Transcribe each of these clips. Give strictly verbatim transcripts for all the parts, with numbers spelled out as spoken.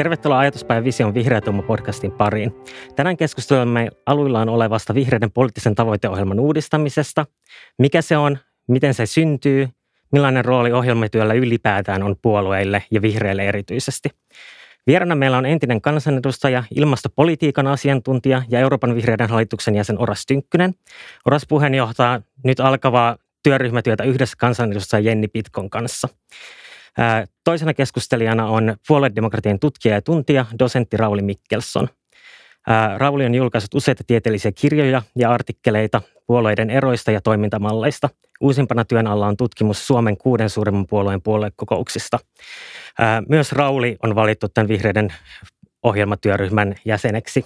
Tervetuloa Ajatuspäivän Vision Vihreä Tuuma-podcastin pariin. Tänään keskustelemme aluillaan olevasta vihreiden poliittisen tavoiteohjelman uudistamisesta. Mikä se on, miten se syntyy, millainen rooli ohjelmatyöllä ylipäätään on puolueille ja vihreille erityisesti. Vieraana meillä on entinen kansanedustaja, ilmastopolitiikan asiantuntija ja Euroopan vihreiden hallituksen jäsen Oras Tynkkynen. Oras puheenjohtaa nyt alkavaa työryhmätyötä yhdessä kansanedustaja Jenni Pitkon kanssa. Toisena keskustelijana on puoluedemokratian tutkija ja tuntija, dosentti Rauli Mikkelsson. Rauli on julkaissut useita tieteellisiä kirjoja ja artikkeleita puolueiden eroista ja toimintamalleista. Uusimpana työn alla on tutkimus Suomen kuuden suurimman puolueen puoluekokouksista. Myös Rauli on valittu tämän vihreiden ohjelmatyöryhmän jäseneksi.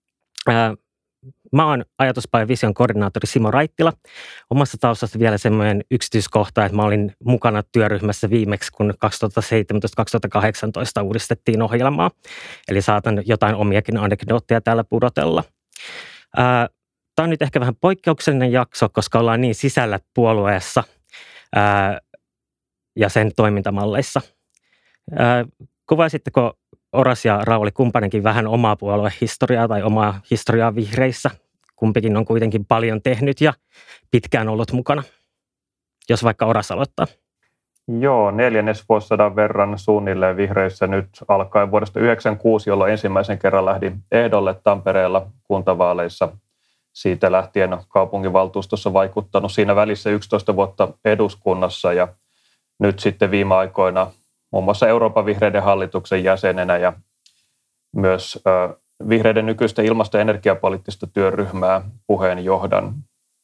Mä oon Ajatuspäivän Vision koordinaattori Simo Raittila. Omassa taustasta vielä semmoinen yksityiskohta, että mä olin mukana työryhmässä viimeksi, kun kaksituhattaseitsemäntoista kaksituhattakahdeksantoista uudistettiin ohjelmaa. Eli saatan jotain omiakin anekdootteja täällä pudotella. Tämä on nyt ehkä vähän poikkeuksellinen jakso, koska ollaan niin sisällä puolueessa ää, ja sen toimintamalleissa. Ää, kuvaisitteko Oras ja Rauli kumpainenkin vähän omaa puoluehistoriaa tai omaa historiaa vihreissä? Kumpikin on kuitenkin paljon tehnyt ja pitkään ollut mukana. Jos vaikka Oras aloittaa. Joo, neljännesvuosisadan verran suunnilleen vihreissä nyt alkaen vuodesta yhdeksänkymmentäkuusi, jolloin ensimmäisen kerran lähdin ehdolle Tampereella kuntavaaleissa. Siitä lähtien kaupunginvaltuustossa vaikuttanut siinä välissä yksitoista vuotta eduskunnassa ja nyt sitten viime aikoina muun muassa Euroopan vihreiden hallituksen jäsenenä ja myös ö, vihreiden nykyistä ilmasto- ja energiapoliittista työryhmää puheenjohdan.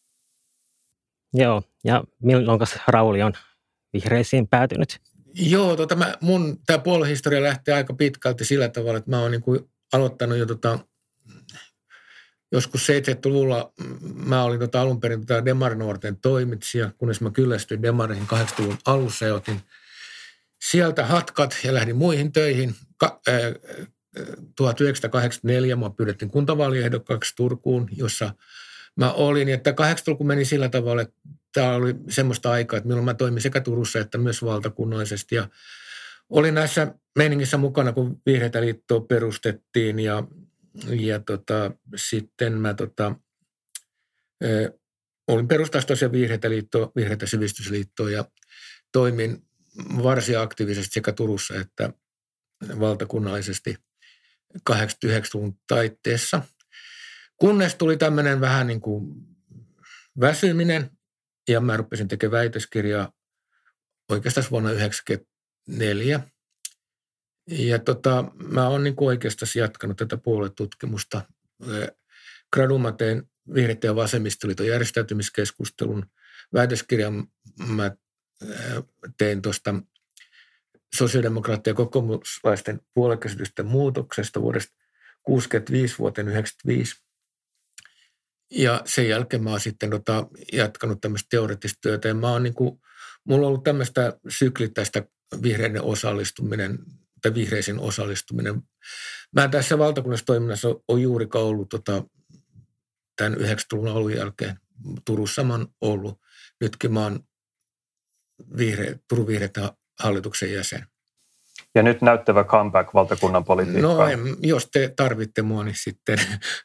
Joo, ja milloin Rauli on vihreisiin päätynyt? Joo, tota mä, mun tämä puoluehistoria lähtee aika pitkälti sillä tavalla, että mä oon niinku aloittanut jo tota, joskus seitsemänkymmentäluvulla mä olin tota alun perin tota Demarinuorten toimitsija, kunnes mä kyllästyin Demareihin kahdeksankymmentäluvun alussa ja otin sieltä hatkat ja lähdin muihin töihin. Ka- äh, tuhatyhdeksänsataakahdeksankymmentäneljä mua pyydettiin kuntavaaliehdokkaaksi Turkuun, jossa mä olin. Että kahdeksankymmentäluku meni sillä tavalla, että tämä oli semmoista aikaa, että milloin mä toimin sekä Turussa että myös valtakunnallisesti. Ja olin näissä meiningissä mukana, kun Vihreätä liittoa perustettiin ja, ja tota, sitten mä tota, äh, olin perustamassa tosiaan Vihreätä liittoa, Vihreätä sivistysliittoa ja toimin varsin aktiivisesti sekä Turussa että valtakunnallisesti kahdeksankymmentäyhdeksänluvun taitteessa. Kunnes tuli tämmöinen vähän niin kuin väsyminen ja mä rupesin tekemään väitöskirjaa oikeastaan vuonna yhdeksänkymmentäneljä. Ja tota, mä oon niin kuin oikeastaan jatkanut tätä puoluetutkimusta. Graduma tein Vihreiden ja Vasemmistoliiton järjestäytymiskeskustelun. Väitöskirjan mä tein tuosta sosiaalidemokraattien ja kokoomuslaisten puoluekäsitysten muutoksesta vuodesta kuusikymmentäviisi vuoteen yhdeksänkymmentäviisi. Ja sen jälkeen mä oon sitten tota, jatkanut tämmöistä teoreettista työtä. Ja mä oon niin kuin, mulla on ollut tämmöistä syklittäistä vihreiden osallistuminen, tai vihreisiin osallistuminen. Mä tässä valtakunnallisessa toiminnassa on juurikaan ollut tota, tämän yhdeksänkymmentäluvun alun jälkeen. Turussa mä oon ollut. Nytkin mä oon Vihreä, Turun vihreiden hallituksen jäsen. Ja nyt näyttävä comeback valtakunnan politiikkaan. No en, jos te tarvitte mua, niin sitten.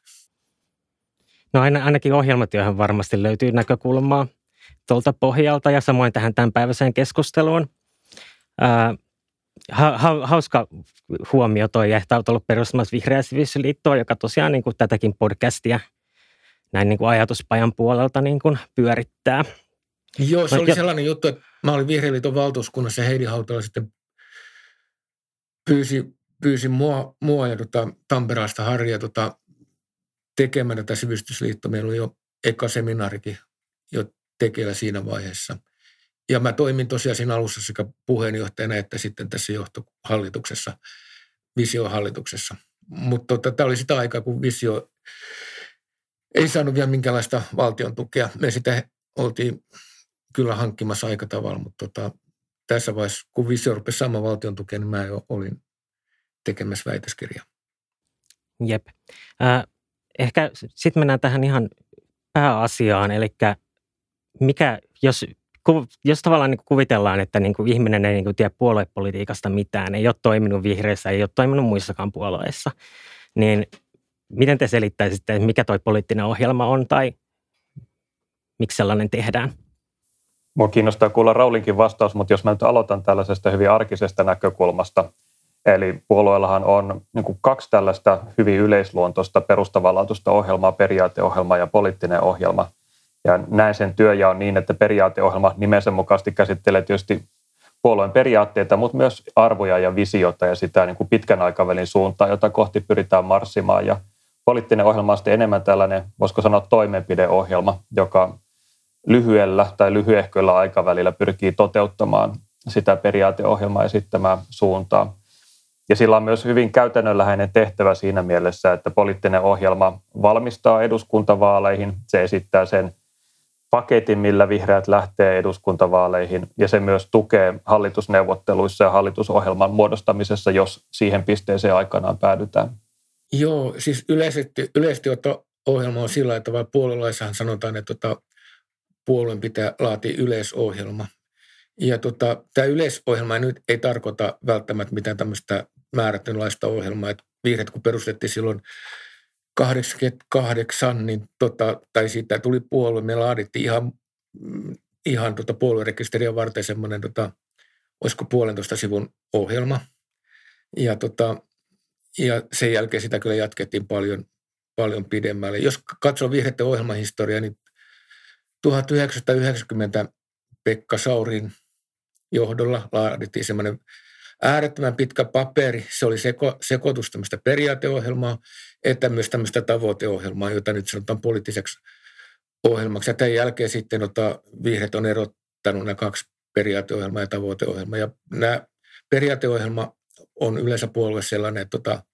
No ainakin ohjelmatyöhön varmasti löytyy näkökulmaa tuolta pohjalta ja samoin tähän tämänpäiväiseen keskusteluun. Ää, ha, ha, hauska huomio toi, että olet ollut perustamassa Vihreä sivistysliittoa, joka tosiaan niin kuin tätäkin podcastia näin niin kuin ajatuspajan puolelta niin kuin pyörittää. Joo, se no, oli jo. sellainen juttu, että mä olin Vihreän liiton valtuuskunnassa ja Heidi Hautala sitten pyysi, pyysi mua, mua ja tota, Tampereelta Harria tota, tekemään tätä sivistysliittoa. Meillä oli jo eka seminaarikin jo tekeillä siinä vaiheessa. Ja mä toimin tosiaan siinä alussa sekä puheenjohtajana että sitten tässä johtohallituksessa, visiohallituksessa. Mutta tota, tämä oli sitä aikaa, kun visio ei saanut vielä minkäänlaista valtion tukea. Me sitä oltiin kyllä hankkimassa aika tavalla, mutta tota, tässä vaiheessa, kun visio rupesi saamaan valtion tukea, niin mä jo olin tekemässä väitöskirjaa. Jep. Äh, ehkä sitten mennään tähän ihan pääasiaan, eli mikä, jos jos tavallaan niin kuin kuvitellaan, että niin kuin ihminen ei niin kuin tiedä puoluepolitiikasta mitään, ei ole toiminut vihreissä, ei ole toiminut muissakaan puolueissa, niin miten te selittäisitte, että mikä toi poliittinen ohjelma on tai miksi sellainen tehdään? Mua kiinnostaa kuulla Raulinkin vastaus, mutta jos mä nyt aloitan tällaisesta hyvin arkisesta näkökulmasta, eli puolueellahan on niin kuin kaksi tällaista hyvin yleisluontoista perustavanlaatuista ohjelmaa, periaateohjelma ja poliittinen ohjelma. Ja näin sen työjaon niin, että periaateohjelma nimensä mukaisesti käsittelee tietysti puolueen periaatteita, mutta myös arvoja ja visiota ja sitä niin kuin pitkän aikavälin suuntaa, jota kohti pyritään marssimaan. Ja poliittinen ohjelma on sitten enemmän tällainen, voisiko sanoa toimenpideohjelma, joka lyhyellä tai lyhyehköllä aikavälillä pyrkii toteuttamaan sitä periaateohjelmaa esittämään suuntaa. Ja sillä on myös hyvin käytännönläheinen tehtävä siinä mielessä, että poliittinen ohjelma valmistaa eduskuntavaaleihin. Se esittää sen paketin, millä vihreät lähtee eduskuntavaaleihin, ja se myös tukee hallitusneuvotteluissa ja hallitusohjelman muodostamisessa, jos siihen pisteeseen aikanaan päädytään. Joo, siis yleisesti, yleisesti ohjelma on sillä, että vain puoluelaissahan sanotaan, että tota, puolueen pitää laatia yleisohjelma. Ja tota, tämä yleisohjelma nyt ei tarkoita välttämättä mitään tämmöistä määrätynlaista ohjelmaa. Et vihreät, kun perustettiin silloin kahdeksankymmentäkahdeksan, niin tota, tai siitä tuli puolue, me laadittiin ihan, ihan tota puoluerekisteriä varten semmoinen, tota, olisiko puolentoista sivun ohjelma. Ja, tota, ja sen jälkeen sitä kyllä jatkettiin paljon, paljon pidemmälle. Jos katsoo vihreiden ohjelmahistoriaa, niin tuhatyhdeksänsataayhdeksänkymmentä Pekka Saurin johdolla laadittiin semmoinen äärettömän pitkä paperi. Se oli seko, sekoitus tämmöistä periaateohjelmaa, että myös tämmöistä tavoiteohjelmaa, jota nyt sanotaan poliittiseksi ohjelmaksi. Ja tämän jälkeen sitten ota, vihreät on erottanut nämä kaksi periaateohjelmaa ja tavoiteohjelmaa. Ja nämä periaateohjelma on yleensä puolue sellainen, että tota,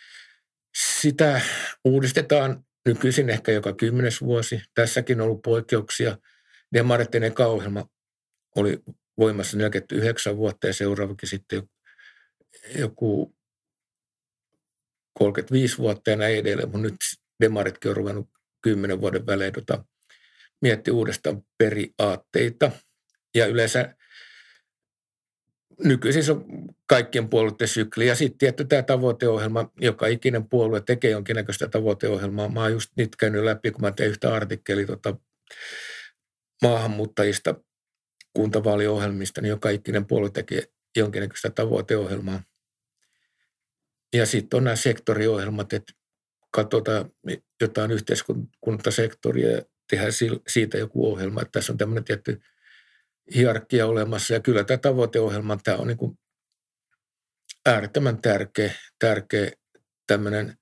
sitä uudistetaan nykyisin ehkä joka kymmenes vuosi. Tässäkin on ollut poikkeuksia. Demareiden eka ohjelma oli voimassa neljäkymmentäyhdeksän vuotta ja seuraavakin sitten joku kolmekymmentäviisi vuotta ja näin edelleen. Mutta nyt demaritkin on ruvennut kymmenen vuoden välein tota, miettiä uudestaan periaatteita. Ja yleensä nykyisin se on kaikkien puolueiden sykli. Ja sitten tietty tämä tavoiteohjelma, joka ikinen puolue tekee jonkinnäköistä tavoiteohjelmaa. Mä oon just nyt käynyt läpi, kun mä tein yhtä artikkeli tota, maahanmuuttajista kuntavaaliohjelmista, niin joka ikinen puolue tekee jonkinnäköistä tavoiteohjelmaa. Ja sitten on nämä sektoriohjelmat, että katsotaan jotain yhteiskuntasektoria ja tehdään siitä joku ohjelma. Että tässä on tämmöinen tietty hierarkia olemassa. Ja kyllä tämä tavoiteohjelma, tämä on niin kuin äärettömän tärkeä, tärkeä tämmöinen.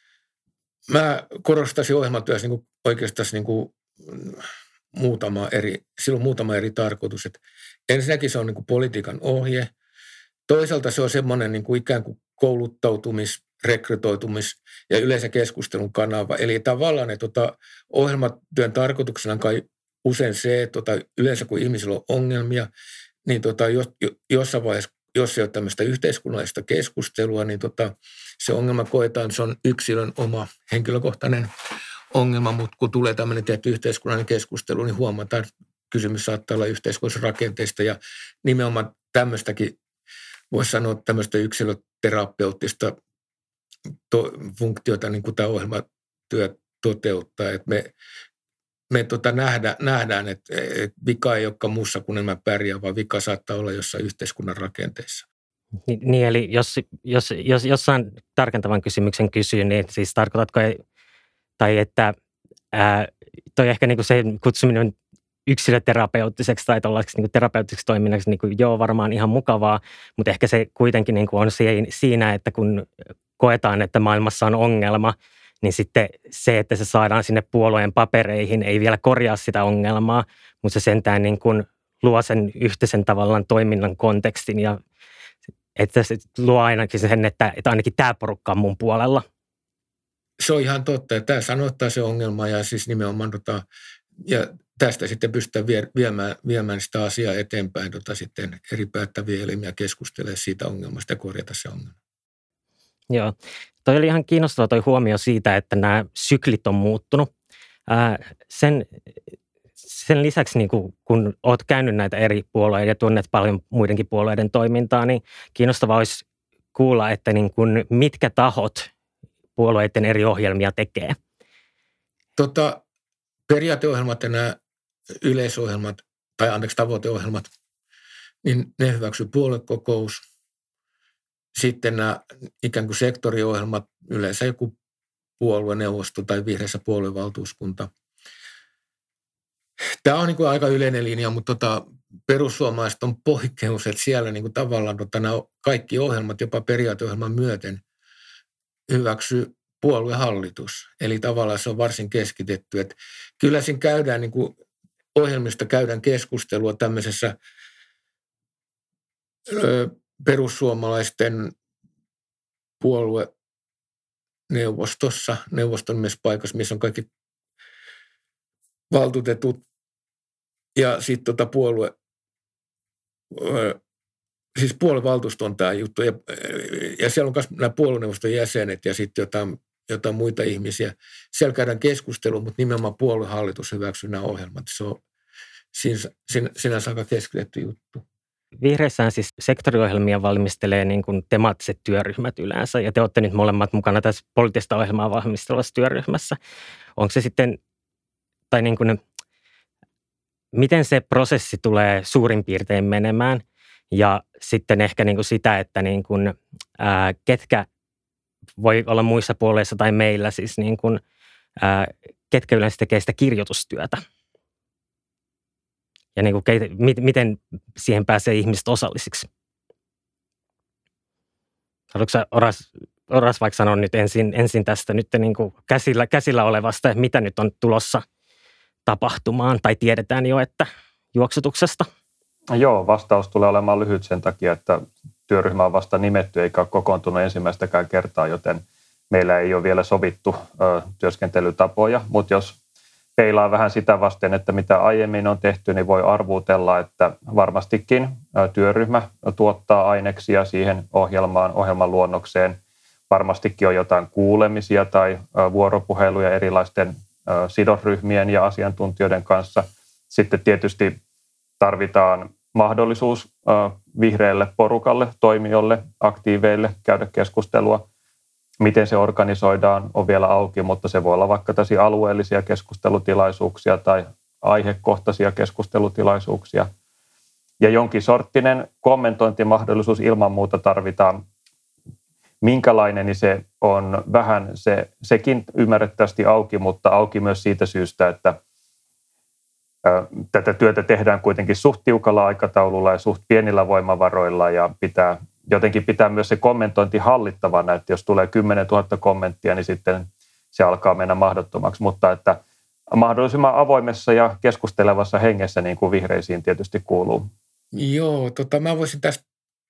Mä korostaisin ohjelmatyössä niin kuin oikeastaan niin kuin muutama eri, silloin muutama eri tarkoitus. Että ensinnäkin se on niin kuin politiikan ohje. Toisaalta se on semmoinen niin kuin ikään kuin kouluttautumis, rekrytoitumis ja yleensä keskustelun kanava. Eli tavallaan, että tota, ohjelmatyön tarkoituksena on kai usein se, että tota, yleensä kun ihmisillä on ongelmia, niin tota, jos, jossain vaiheessa, jos ei ole tämmöistä yhteiskunnallista keskustelua, niin tota, se ongelma koetaan, se on yksilön oma henkilökohtainen ongelma, mutta kun tulee tämmöinen tietty yhteiskunnallinen keskustelu, niin huomataan, että kysymys saattaa olla yhteiskunnallisista rakenteista ja nimenomaan tämmöistäkin, voisi sanoa tämmöistä yksilöterapeuttista to, funktiota, niin kuin tämä ohjelmatyö toteuttaa, että me Me tota nähdään, nähdään, että vika ei olekaan muussa kuin enemmän pärjää, vaan vika saattaa olla jossain yhteiskunnan rakenteissa. Ni, niin, eli jos, jos, jos jossain tarkentavan kysymyksen kysyy, niin siis tarkoitatko, tai että ää, toi ehkä niinku se kutsuminen yksilöterapeuttiseksi tai tuollaiseksi niinku terapeuttiseksi toiminnaksi, niinku, joo, varmaan ihan mukavaa, mutta ehkä se kuitenkin niinku on siinä, että kun koetaan, että maailmassa on ongelma, niin sitten se, että se saadaan sinne puolueen papereihin, ei vielä korjaa sitä ongelmaa, mutta se sentään niin kuin luo sen yhteisen tavallaan toiminnan kontekstin ja että se luo ainakin sen, että, että ainakin tämä porukka on mun puolella. Se on ihan totta, että tämä sanoittaa se ongelma ja siis nimenomaan tota, ja tästä sitten pystytään viemään, viemään sitä asiaa eteenpäin, tota sitten eri päättäviä elimiä keskustelee siitä ongelmasta ja korjata se ongelma. Joo. Toi oli ihan kiinnostava toi huomio siitä, että nämä syklit on muuttunut. Ää, sen, sen lisäksi, niin kuin, kun olet käynyt näitä eri puolueita ja tunnet paljon muidenkin puolueiden toimintaa, niin kiinnostavaa olisi kuulla, että niin kuin, mitkä tahot puolueiden eri ohjelmia tekee. Tota, periaateohjelmat ja nämä yleisohjelmat, tai anteeksi tavoiteohjelmat, niin ne hyväksyy puoluekokous. Sitten nämä ikään kuin sektoriohjelmat, yleensä joku puolueneuvosto tai vihreässä puoluevaltuuskunta. Tämä on niin kuin aika yleinen linja, mutta tota, perussuomalaiset on poikkeus, että siellä niin kuin tavallaan tota, nämä kaikki ohjelmat, jopa periaateohjelman myöten, hyväksyy puoluehallitus. Eli tavallaan se on varsin keskitetty. Että kyllä siinä käydään, niin kuin ohjelmista käydään keskustelua tämmöisessä ö, perussuomalaisten puolueneuvostossa, neuvoston myös paikassa, missä on kaikki valtuutetut ja sitten tota puolue, ö, siis puoluevaltuusto on tämä juttu ja, ja siellä on myös nämä puolueneuvoston jäsenet ja sitten jotain, jotain muita ihmisiä. Siellä käydään keskustelua, mutta nimenomaan puoluehallitus hyväksyy nämä ohjelmat. Se on sinänsä aika keskitetty juttu. Vihreissään siis sektoriohjelmia valmistelee niin kuin temaattiset työryhmät yleensä, ja te olette nyt molemmat mukana tässä poliittista ohjelmaa valmistelevassa työryhmässä. Onko se sitten, tai niin kuin, miten se prosessi tulee suurin piirtein menemään, ja sitten ehkä niin kuin sitä, että niin kuin, ää, ketkä voi olla muissa puolueissa tai meillä, siis niin kuin, ää, ketkä yleensä tekee sitä kirjoitustyötä. Ja niin kuin, miten siihen pääsee ihmiset osallisiksi. Haluatko sä, Oras, Oras vaikka sanoa nyt ensin, ensin tästä nyt niin kuin käsillä, käsillä olevasta, mitä nyt on tulossa tapahtumaan, tai tiedetään jo, että juoksutuksesta? Joo, vastaus tulee olemaan lyhyt sen takia, että työryhmä on vasta nimetty eikä ole kokoontunut ensimmäistäkään kertaa, joten meillä ei ole vielä sovittu ö, työskentelytapoja, mutta jos peilaa vähän sitä vasten, että mitä aiemmin on tehty, niin voi arvuutella, että varmastikin työryhmä tuottaa aineksia siihen ohjelmaan, ohjelman luonnokseen. Varmastikin on jotain kuulemisia tai vuoropuheluja erilaisten sidosryhmien ja asiantuntijoiden kanssa. Sitten tietysti tarvitaan mahdollisuus vihreälle porukalle, toimijoille, aktiiveille käydä keskustelua. Miten se organisoidaan on vielä auki, mutta se voi olla vaikka tällaisia alueellisia keskustelutilaisuuksia tai aihekohtaisia keskustelutilaisuuksia. Ja jonkin sorttinen kommentointimahdollisuus ilman muuta tarvitaan. Minkälainen, niin se on vähän se, sekin ymmärrettävästi auki, mutta auki myös siitä syystä, että ä, tätä työtä tehdään kuitenkin suht tiukalla aikataululla ja suht pienillä voimavaroilla ja pitää jotenkin pitää myös se kommentointi hallittavana, että jos tulee kymmenen tuhatta kommenttia, niin sitten se alkaa mennä mahdottomaksi. Mutta että mahdollisimman avoimessa ja keskustelevassa hengessä, niin kuin vihreisiin tietysti kuuluu. Joo, tota, mä voisin tästä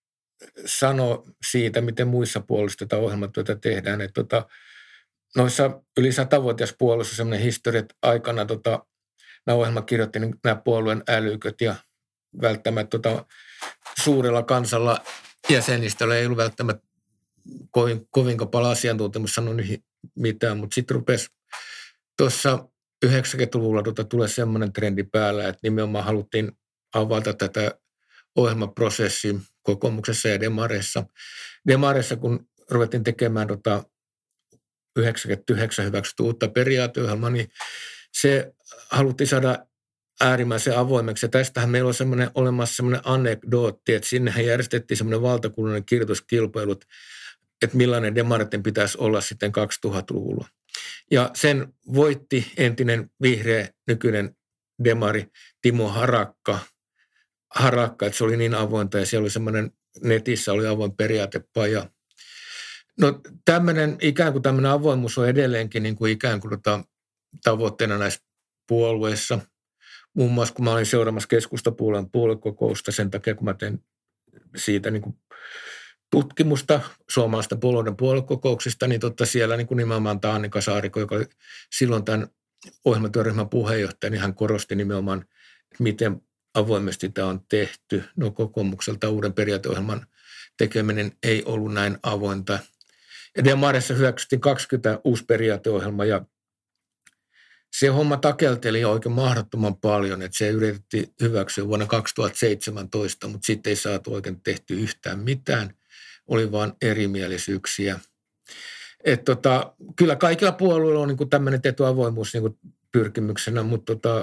sanoa siitä, miten muissa puolueissa tätä ohjelmatyötä tehdään. Että tota, noissa yli satavuotias puolueissa on sellainen historia, että aikana tota, nämä ohjelmat kirjoitti niin nämä puolueen älyköt ja välttämättä tota, suurella kansalla jäsenistöllä ei ollut välttämättä kovin, kovinkaan paljon asiantuntemusta sanoa mitään, mutta sitten rupesi tuossa yhdeksänkymmentäluvulla tuota tulee semmoinen trendi päällä, että nimenomaan haluttiin avata tätä ohjelmaprosessia kokoomuksessa ja demareissa. Demareissa, kun ruvettiin tekemään tota yhdeksänkymmentäyhdeksän hyväksytty uutta periaateohjelmaa, niin se haluttiin saada äärimmäisen avoimeksi. Ja tästähän meillä on semmoinen, olemassa semmoinen anekdootti, että sinnehän järjestettiin semmoinen valtakunnallinen kirjoituskilpailu, että millainen demareiden pitäisi olla sitten kaksituhattaluvulla. Ja sen voitti entinen vihreä nykyinen demari Timo Harakka. Harakka, että se oli niin avointa ja siellä oli semmoinen, netissä oli avoin periaatepaja. No tämmöinen, ikään kuin tämmöinen avoimuus on edelleenkin niin kuin ikään kuin tota, tavoitteena näissä puolueissa. Muun muassa kun mä olin seuraamassa keskustapuolueen puoluekokousta sen takia, kun mä tein siitä niin kuin tutkimusta suomalaisten puolueiden puoluekokouksista, niin totta siellä niin kuin nimenomaan Annika Saarikko, joka oli silloin tämän ohjelmatyöryhmän puheenjohtaja, niin hän korosti nimenomaan, miten avoimesti tämä on tehty. No kokoomukselta uuden periaateohjelman tekeminen ei ollut näin avointa. Ja Demarissa hyväksyttiin kaksikymmentä uusi periaateohjelma ja se homma takelteli oikein mahdottoman paljon, että se yritettiin hyväksyä vuonna kaksituhattaseitsemäntoista, mutta sitten ei saatu oikein tehty yhtään mitään. Oli vain erimielisyyksiä. Et tota, kyllä kaikilla puolueilla on niin kuin tämmöinen etuavoimuus niin kuin pyrkimyksenä, mutta tota,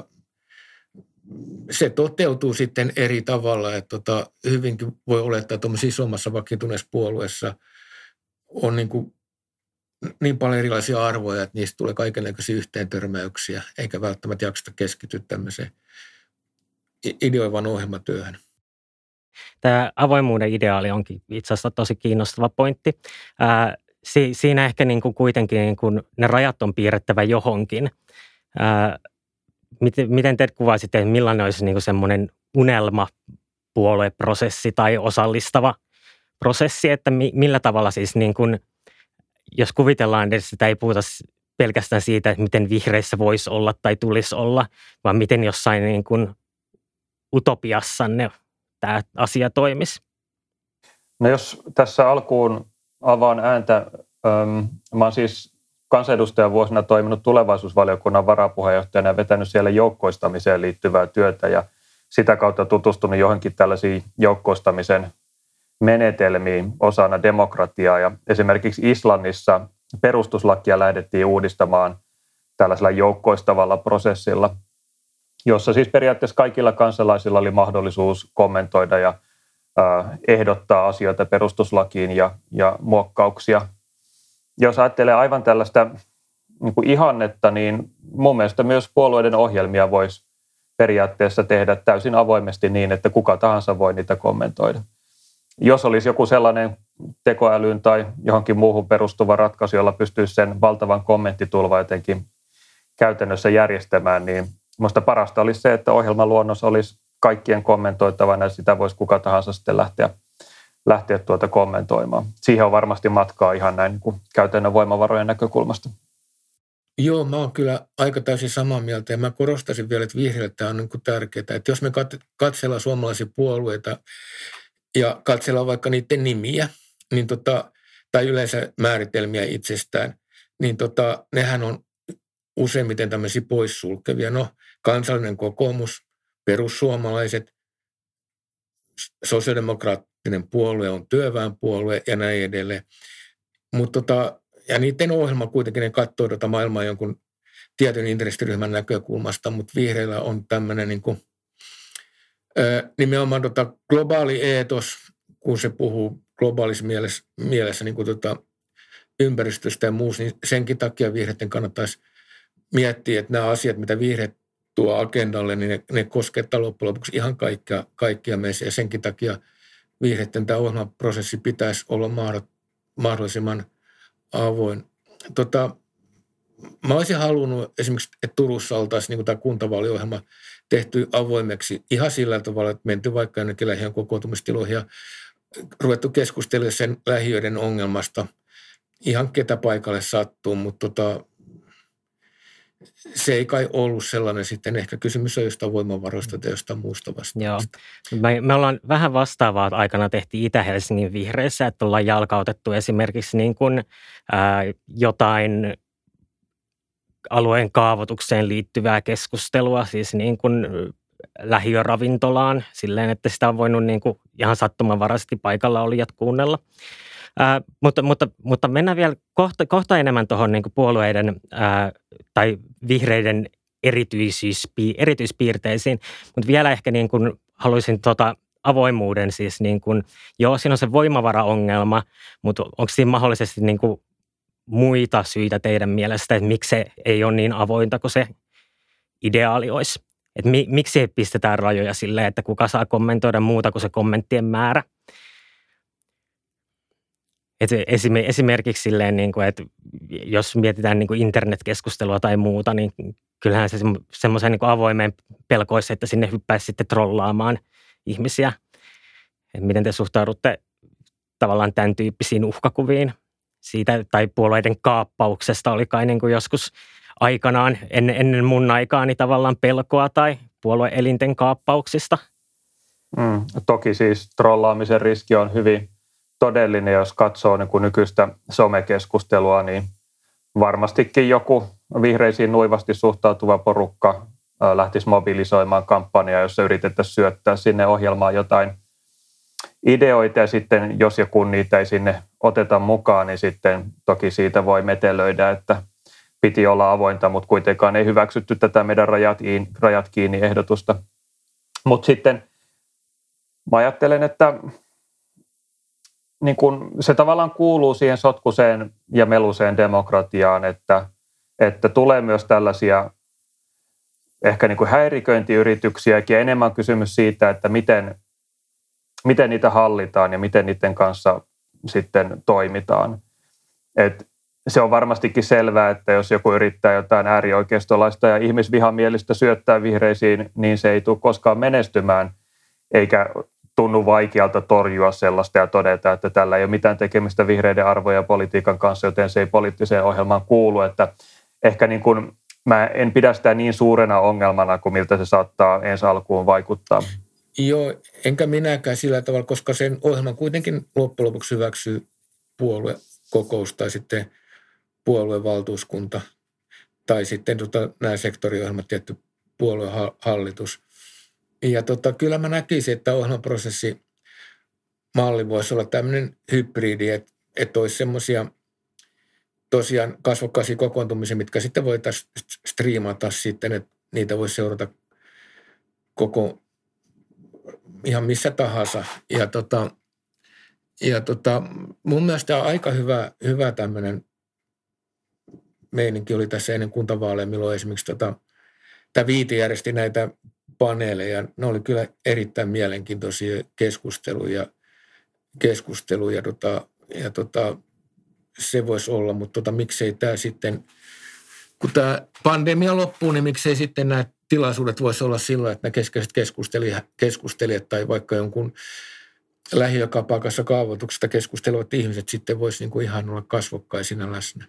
se toteutuu sitten eri tavalla. Että tota, hyvinkin voi olettaa, että tuollaisessa isommassa vakiintuneessa puolueessa on niin kuin niin paljon erilaisia arvoja, että niistä tulee kaikenlaisia yhteentörmäyksiä, eikä välttämättä jakseta keskittyä tämmöiseen ideoivan ohjelmatyöhön. Tämä avoimuuden ideaali onkin itse asiassa tosi kiinnostava pointti. Ää, si, siinä ehkä niin kuin kuitenkin niin kuin ne rajat on piirrettävä johonkin. Ää, miten, miten te kuvaisitte, että millainen olisi niin kuin semmoinen unelmapuolueprosessi tai osallistava prosessi, että mi, millä tavalla siis niin kuin jos kuvitellaan, että sitä ei puhuta pelkästään siitä, että miten vihreissä voisi olla tai tulisi olla, vaan miten jossain niin kuin utopiassanne tämä asia toimisi. No jos tässä alkuun avaan ääntä, ähm, mä oon siis kansanedustajan vuosina toiminut tulevaisuusvaliokunnan varapuheenjohtajana ja vetänyt siellä joukkoistamiseen liittyvää työtä ja sitä kautta tutustunut johonkin tällaisiin joukkoistamisen menetelmiin osana demokratiaa. Ja esimerkiksi Islannissa perustuslakia lähdettiin uudistamaan tällaisella joukkoistavalla prosessilla, jossa siis periaatteessa kaikilla kansalaisilla oli mahdollisuus kommentoida ja äh, ehdottaa asioita perustuslakiin ja, ja muokkauksia. Jos ajattelee aivan tällaista niin kuin ihannetta, niin mun mielestä myös puolueiden ohjelmia voisi periaatteessa tehdä täysin avoimesti niin, että kuka tahansa voi niitä kommentoida. Jos olisi joku sellainen tekoälyyn tai johonkin muuhun perustuva ratkaisu, jolla pystyisi sen valtavan kommenttitulvan jotenkin käytännössä järjestämään, niin minusta parasta olisi se, että ohjelmaluonnos olisi kaikkien kommentoitavana ja sitä voisi kuka tahansa sitten lähteä, lähteä tuota kommentoimaan. Siihen on varmasti matkaa ihan näin niin kuin käytännön voimavarojen näkökulmasta. Joo, mä oon kyllä aika täysin samaa mieltä ja mä korostaisin vielä, että vihreille tämä on niin kuin tärkeää, että jos me katsellaan suomalaisia puolueita ja katsellaan vaikka niiden nimiä, niin tota, tai yleensä määritelmiä itsestään, niin tota, nehän on useimmiten tämmöisiä poissulkevia. No, kansallinen kokoomus, perussuomalaiset, sosiaalidemokraattinen puolue on työväenpuolue ja näin edelleen. Mut tota, ja niiden ohjelma kuitenkin ne katsoo tota maailmaa jonkun tietyn intressiryhmän näkökulmasta, mutta vihreillä on tämmöinen niin kuin nimenomaan tota globaali eetos, kun se puhuu globaalissa mielessä, mielessä niin kuin tota ympäristöstä ja muusta, niin senkin takia vihreiden kannattaisi miettiä, että nämä asiat, mitä vihreät tuo agendalle, niin ne, ne koskettaa loppujen lopuksi ihan kaikkia, kaikkia meissä. Ja senkin takia vihreiden tämä ohjelmaprosessi pitäisi olla mahdollisimman avoin. Tota, mä olisin halunnut esimerkiksi, että Turussa oltaisiin niin tämä kuntavaaliohjelma tehty avoimeksi ihan sillä tavalla, että menty vaikka jonnekin lähiön kokoontumistiloihin ja ruvettu keskustelemaan sen lähiöiden ongelmasta. Ihan ketä paikalle sattuu, mutta tota, se ei kai ollut sellainen sitten. Ehkä kysymys on jostain voimavaroista tai jostain muusta vastaavasta. Joo. Me, me ollaan vähän vastaavaa aikana tehtiin Itä-Helsingin vihreissä, että ollaan jalkautettu esimerkiksi niin kuin, ää, jotain alueen kaavoitukseen liittyvää keskustelua, siis niin kuin lähiöravintolaan, silleen, että sitä on voinut niin kuin ihan sattumanvaraisesti paikalla olijat kuunnella. Ää, mutta, mutta, mutta mennään vielä kohta, kohta enemmän tuohon niin kuin puolueiden ää, tai vihreiden erityispiirteisiin, mutta vielä ehkä niin kuin haluaisin tota avoimuuden, siis niin kuin, joo, siinä on se voimavaraongelma, mutta onko siinä mahdollisesti niin kuin muita syitä teidän mielestä, että miksi se ei ole niin avointa kuin se ideaali olisi? Että mi, miksi pistetään rajoja silleen, että kuka saa kommentoida muuta kuin se kommenttien määrä? Et esimerkiksi silleen, niin kuin, että jos mietitään niin kuin internetkeskustelua tai muuta, niin kyllähän se semmoisen niin kuin avoimeen pelkoisi, että sinne hyppäisi sitten trollaamaan ihmisiä. Et miten te suhtaudutte tavallaan tämän tyyppisiin uhkakuviin? Siitä tai puolueiden kaappauksesta oli kai niin kuin joskus aikanaan ennen, ennen mun aikaani tavallaan pelkoa tai puolueelinten kaappauksista. Mm, toki siis trollaamisen riski on hyvin todellinen, jos katsoo niin kuin nykyistä somekeskustelua, niin varmastikin joku vihreisiin nuivasti suhtautuva porukka lähtisi mobilisoimaan kampanjaa, jossa yritettäisiin syöttää sinne ohjelmaan jotain ideoita ja sitten jos ja kun niitä ei sinne oteta mukaan, niin sitten toki siitä voi metelöidä, että piti olla avointa, mutta kuitenkaan ei hyväksytty tätä meidän rajat, rajat kiinni ehdotusta. Mutta sitten mä ajattelen, että niin kun se tavallaan kuuluu siihen sotkuseen ja meluseen demokratiaan, että, että tulee myös tällaisia ehkä niin kuin häiriköintiyrityksiäkin ja enemmän kysymys siitä, että miten, miten niitä hallitaan ja miten niiden kanssa sitten toimitaan. Et se on varmastikin selvää, että jos joku yrittää jotain äärioikeistolaista ja ihmisvihamielistä syöttää vihreisiin, niin se ei tule koskaan menestymään, eikä tunnu vaikealta torjua sellaista ja todeta, että tällä ei ole mitään tekemistä vihreiden arvoja ja politiikan kanssa, joten se ei poliittiseen ohjelmaan kuulu. Että ehkä niin kuin mä en pidä sitä niin suurena ongelmana kuin miltä se saattaa ensi alkuun vaikuttaa. Joo, enkä minäkään sillä tavalla, koska sen ohjelman kuitenkin loppujen lopuksi hyväksyy puoluekokous tai sitten puoluevaltuuskunta tai sitten tota, nämä sektoriohjelmat, tietty puoluehallitus. Ja tota, kyllä mä näkisin, että ohjelmaprosessi malli voisi olla tämmöinen hybridi, että, että olisi semmoisia tosiaan kasvokkaisia kokoontumisia, mitkä sitten voitaisiin striimata sitten, että niitä voisi seurata koko ihan missä tahansa. Ja, tota, ja tota, mun mielestä aika hyvä, hyvä tämmöinen meininki oli tässä ennen kuntavaaleja, milloin esimerkiksi tota, tämä Viiti järjesti näitä paneeleja. Ne oli kyllä erittäin mielenkiintoisia keskusteluja, keskusteluja tota, ja tota, se voisi olla, mutta tota, miksei tämä sitten, kun tämä pandemia loppuu, niin miksei sitten nämä tilaisuudet voisi olla sillä, että nämä keskeiset keskustelijat, keskustelijat tai vaikka jonkun lähiökapakassa kaavoituksesta keskustelevat ihmiset sitten voisi niin kuin ihan olla kasvokkaisina läsnä,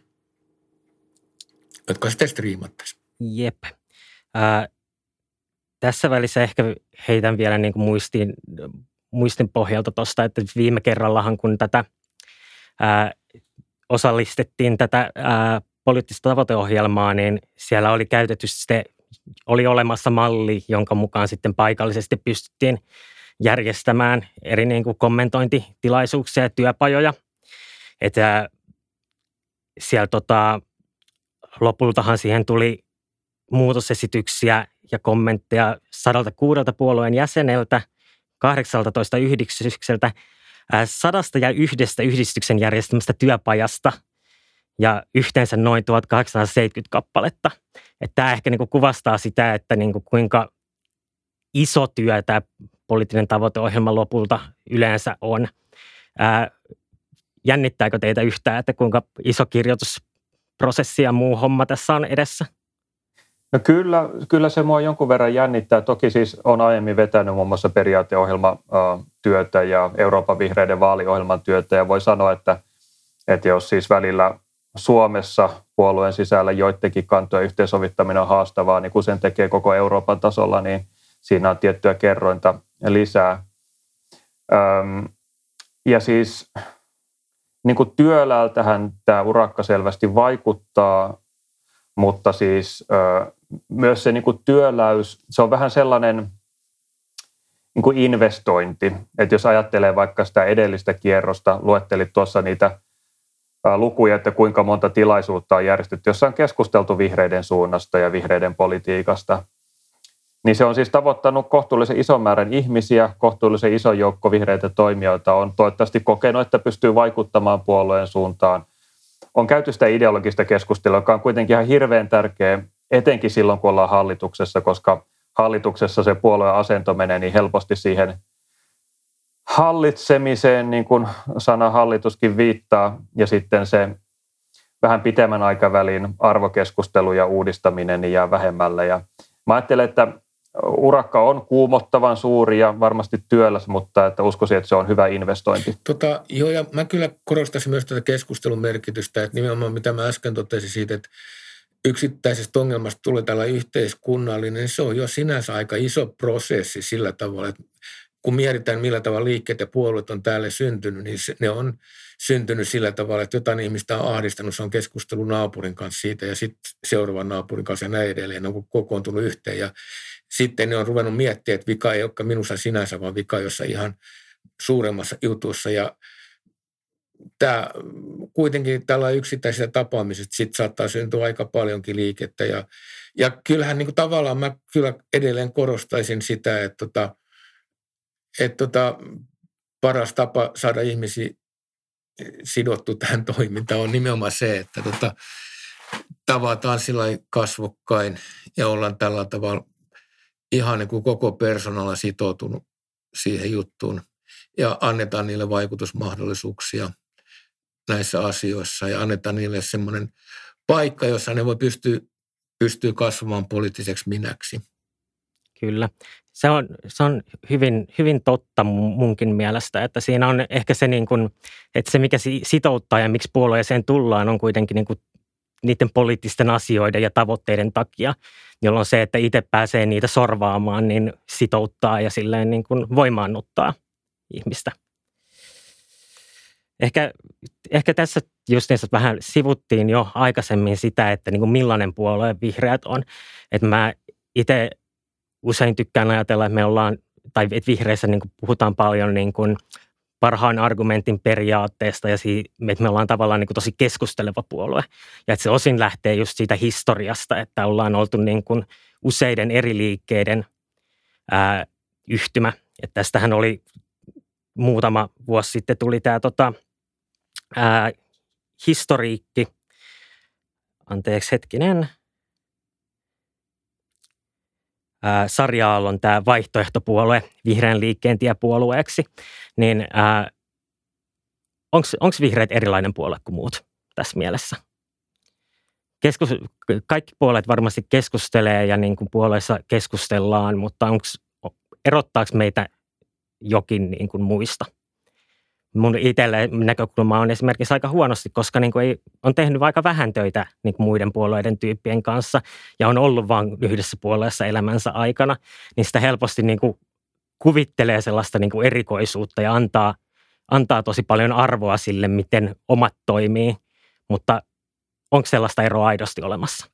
jotka sitten striimattaisiin. Jep. Äh, tässä välissä ehkä heitän vielä niin kuin muistin, muistin pohjalta tuosta, että viime kerrallahan kun tätä äh, osallistettiin tätä ää, poliittista tavoiteohjelmaa, niin siellä oli käytetty sitten, oli olemassa malli, jonka mukaan sitten paikallisesti pystyttiin järjestämään eri niin kuin kommentointitilaisuuksia ja työpajoja. Että siellä tota, lopultahan siihen tuli muutosesityksiä ja kommentteja sadalta kuudelta puolueen jäseneltä, kahdeksaltatoista yhdistykseltä, sadasta ja yhdestä yhdistyksen järjestämästä työpajasta ja yhteensä noin tuhatkahdeksansataaseitsemänkymmentä kappaletta. Että tämä ehkä niin kuin kuvastaa sitä, että niin kuin kuinka iso työ tämä poliittinen tavoiteohjelma lopulta yleensä on. Ää, jännittääkö teitä yhtään, että kuinka iso kirjoitusprosessi ja muu homma tässä on edessä? No kyllä, kyllä se mua jonkun verran jännittää. Toki siis on aiemmin vetänyt muun muassa periaateohjelmatyötä ja Euroopan vihreiden vaaliohjelman työtä. Ja voi sanoa, että, että jos siis välillä Suomessa puolueen sisällä joidenkin kantojen yhteensovittaminen on haastavaa, niin kun sen tekee koko Euroopan tasolla, niin siinä on tiettyä kerrointa lisää. Ja siis niin kuin työläältähän tämä urakka selvästi vaikuttaa, mutta siis ö, myös se niin kuin työläys, se on vähän sellainen niin kuin investointi. Että jos ajattelee vaikka sitä edellistä kierrosta, luettelit tuossa niitä ä, lukuja, että kuinka monta tilaisuutta on järjestetty, jossa on keskusteltu vihreiden suunnasta ja vihreiden politiikasta, niin se on siis tavoittanut kohtuullisen ison määrän ihmisiä, kohtuullisen iso joukko vihreitä toimijoita on toivottavasti kokenut, että pystyy vaikuttamaan puolueen suuntaan. On käyty sitä ideologista keskustelua, joka on kuitenkin ihan hirveän tärkeä, etenkin silloin, kun ollaan hallituksessa, koska hallituksessa se puolueen asento menee niin helposti siihen hallitsemiseen, niin kuin sana hallituskin viittaa, ja sitten se vähän pitemmän aikavälin arvokeskustelu ja uudistaminen niin jää vähemmälle. Ja mä ajattelen, että urakka on kuumottavan suuri ja varmasti työläs, mutta että uskoisin, että se on hyvä investointi. Tota, joo, ja mä kyllä korostaisin myös tätä keskustelun merkitystä, että nimenomaan mitä mä äsken totesin siitä, että yksittäisestä ongelmasta tulee tällä yhteiskunnallinen, niin se on jo sinänsä aika iso prosessi sillä tavalla, että kun mietitään, millä tavalla liikkeet ja puolueet on täällä syntynyt, niin se, ne on syntynyt sillä tavalla, että jotain ihmistä on ahdistanut, se on keskustellut naapurin kanssa siitä ja sitten seuraavan naapurin kanssa ja näin edelleen. Ne on kokoontunut yhteen ja sitten ne on ruvennut miettimään, että vika ei olekaan minussa sinänsä, vaan vika jossain ihan suuremmassa jutussa. Ja tämä kuitenkin tällä yksittäisellä tapaamisesta sitten saattaa syntyä aika paljonkin liikettä. Ja, ja kyllähän niin kuin tavallaan mä kyllä edelleen korostaisin sitä, että, tota, että tota, paras tapa saada ihmisiä sidottu tähän toimintaan on nimenomaan se, että tota, tavataan sillä kasvokkain ja ollaan tällä tavalla ihan niin kuin koko persoonalla sitoutunut siihen juttuun ja annetaan niille vaikutusmahdollisuuksia näissä asioissa ja annetaan niille semmoinen paikka, jossa ne voi pystyä, pystyä kasvamaan poliittiseksi minäksi. Kyllä. Se on, se on hyvin, hyvin totta munkin mielestä, että siinä on ehkä se, niin kuin, että se mikä sitouttaa ja miksi puolueeseen tullaan on kuitenkin niin kuin niiden poliittisten asioiden ja tavoitteiden takia, jolloin se, että itse pääsee niitä sorvaamaan, niin sitouttaa ja silleen niin kuin voimaannuttaa ihmistä. Ehkä, ehkä tässä just niin, vähän sivuttiin jo aikaisemmin sitä, että niin kuin millainen puolue vihreät on. Että mä itse usein tykkään ajatella, että me ollaan, tai että vihreissä niin kuin puhutaan paljon niin kuin parhaan argumentin periaatteesta ja siitä, että me ollaan tavallaan niin kuin tosi keskusteleva puolue. Ja että se osin lähtee just siitä historiasta, että ollaan oltu niin kuin useiden eri liikkeiden ää, yhtymä. Että tästähän oli muutama vuosi sitten tuli tämä tota, ää, historiikki. Anteeksi hetkinen. Sari Aallon tämä vaihtoehtopuolue vihreän liikkeen tiepuolueeksi, niin onko vihreät erilainen puolue kuin muut tässä mielessä? Keskus, kaikki puolueet varmasti keskustelee ja niin kuin puolueissa keskustellaan, mutta onks, erottaako meitä jokin niin kuin muista? Mun itselle näkökulma on esimerkiksi aika huonosti, koska niin kuin ei, on tehnyt aika vähän töitä niin kuin muiden puolueiden tyyppien kanssa ja on ollut vain yhdessä puolueessa elämänsä aikana, niin sitä helposti niin kuin kuvittelee sellaista niin kuin erikoisuutta ja antaa, antaa tosi paljon arvoa sille, miten omat toimii, mutta onko sellaista eroa aidosti olemassa?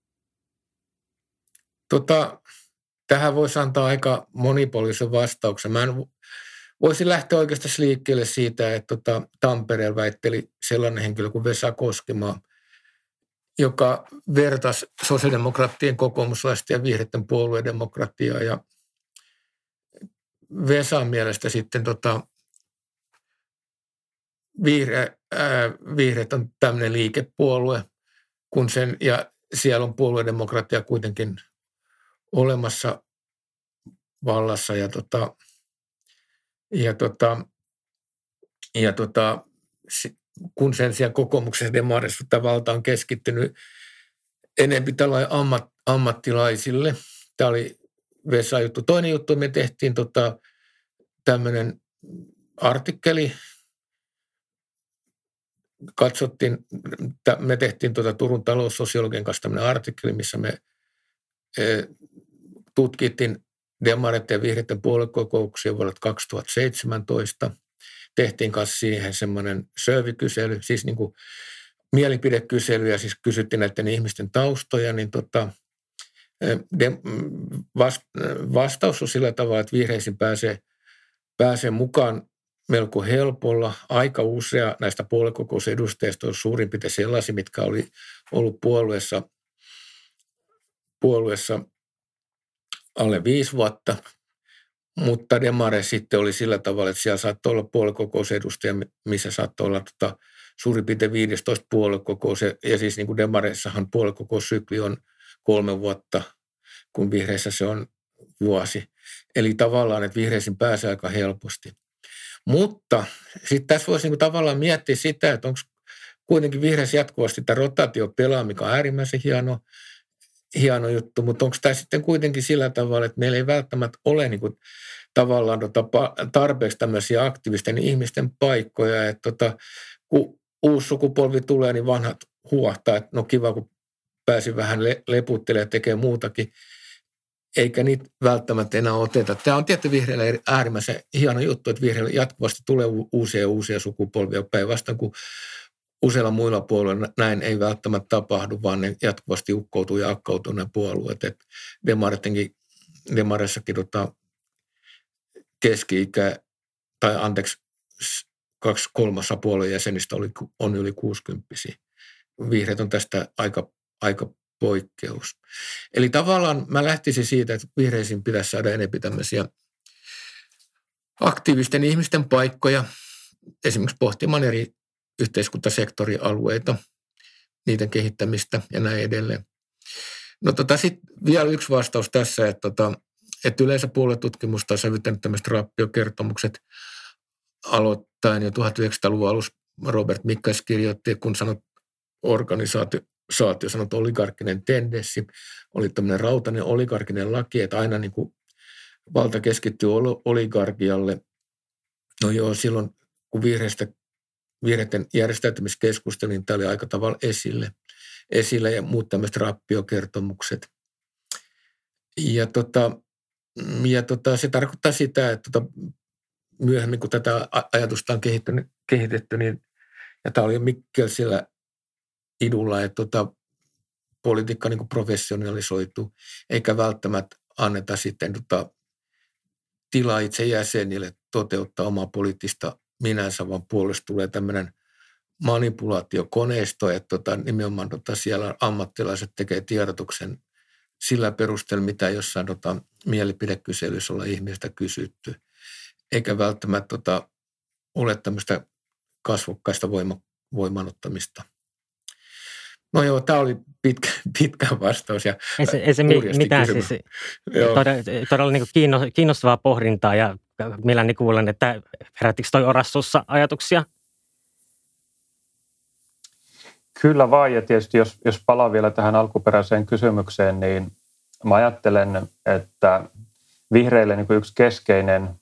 Tota, tähän voisi antaa aika monipuolisen vastauksen. Mä en Voisin lähteä oikeastaan liikkeelle siitä, että tota, Tampereella väitteli sellainen henkilö kuin Vesa Koskimaa, joka vertasi sosiaalidemokraattien, kokoomuslaisten ja vihreiden puoluedemokratiaa. Ja Vesan mielestä sitten tota, vihreä, ää, vihreät on tämmöinen liikepuolue, kun sen, ja siellä on puoluedemokratia kuitenkin olemassa vallassa ja tota, Ja, tota, ja tota, kun sen sijaan kokoomuksessa demarissa tämä valta on keskittynyt enemmän tällainen ammat, ammattilaisille. Tämä oli Vesa juttu. Toinen juttu, me tehtiin tota, tämmöinen artikkeli. Katsottiin, me tehtiin tota Turun taloussosiologian kanssa tämmöinen artikkeli, missä me e, tutkittiin demareiden ja vihreiden puoluekokouksia vuodelta kaksituhattaseitsemäntoista. Tehtiin kanssa siihen semmoinen survey-kysely, siis niin kuin mielipidekysely, ja siis kysyttiin näiden ihmisten taustoja, niin tota, de, vastaus on sillä tavalla, että vihreisiin pääsee, pääsee mukaan melko helpolla. Aika usea näistä puoluekokousedustajista on suurin piirtein sellaisia, mitkä oli ollut puolueessa, puolueessa alle viisi vuotta, mutta demare sitten oli sillä tavalla, että siellä saattoi olla puoluekokousedustaja, missä saattoi olla tota, suurin piirtein viisitoista puoluekokous, ja siis niin kuin demareissahan puoluekokoussykli on kolme vuotta, kun vihreissä se on vuosi. Eli tavallaan, että vihreisiin pääsee aika helposti. Mutta sitten tässä voisi niin kuin tavallaan miettiä sitä, että onko kuitenkin vihreissä jatkuvasti tämä rotaatio pelaa, mikä on äärimmäisen hieno, hieno juttu, mutta onko tämä sitten kuitenkin sillä tavalla, että meillä ei välttämättä ole niin kuin tavallaan tota tarpeeksi tämmöisiä aktiivisten ihmisten paikkoja, että tota, kun uusi sukupolvi tulee, niin vanhat huohtaa, että no kiva, kun pääsi vähän le- leputtelemaan ja tekee muutakin. eikä niitä välttämättä enää oteta. Tämä on tietty vihreillä äärimmäisen hieno juttu, että vihreillä jatkuvasti tulee uusia ja uusia sukupolvia päinvastoin, kun useilla muilla puolueilla näin ei välttämättä tapahdu, vaan ne jatkuvasti ukkoutuu ja akkautuu ne puolueet. Et demareissakin tota, keski-ikä, tai anteeksi, kaksi kolmassa puolueen jäsenistä oli, on yli kuusikymppisiä. Vihreät on tästä aika, aika poikkeus. Eli tavallaan mä lähtisin siitä, että vihreisiin pitäisi saada enemmän tämmöisiä aktiivisten ihmisten paikkoja, esimerkiksi pohtimaan eri yhteiskuntasektorialueita, niiden kehittämistä ja näin edelleen. No tota, sitten vielä yksi vastaus tässä, että, tota, että yleensä puoluetutkimusta on sävyttänyt tämmöiset rappiokertomukset aloittain jo tuhatyhdeksänsataaluvun alussa Robert Mikkels kirjoitti, kun sanot organisaatio, saatio, sanot oligarkkinen tendenssi, oli tämmöinen rautainen oligarkkinen laki, että aina niin kuin valta keskittyy oligarkialle. No joo, silloin kun vihreistä vihreiden järjestäytymiskeskustelu, niin tämä oli aika tavalla esille, esille ja muut tämmöiset rappiokertomukset. Ja, tota, ja tota, se tarkoittaa sitä, että tota, myöhemmin kun tätä ajatusta on kehitetty, niin, ja tämä oli jo Mikkelsillä idulla, että tota, politiikka niin kuin professionalisoitu, eikä välttämättä anneta sitten tota, tilaa itse jäsenille toteuttaa omaa poliittista minänsä, vaan puolesta tulee tämmöinen manipulaatiokoneisto, että tota, nimenomaan tota, siellä ammattilaiset tekee tiedotuksen sillä perusteella, mitä jossain tota, mielipidekyselyssä ollaan ihmisiltä kysytty, eikä välttämättä tota, ole tämmöistä kasvokkaista voima, voimanottamista. No joo, tämä oli pitkä, pitkä vastaus ja ei se, ei se mitään kysymys. Siis todella, todella niin kuin kiinnostavaa pohdintaa ja mielelläni kuulen, että herättikö toi Oras sussa ajatuksia? Kyllä vaan, ja tietysti jos, jos palaa vielä tähän alkuperäiseen kysymykseen, niin mä ajattelen, että vihreille niin kuin yksi keskeinen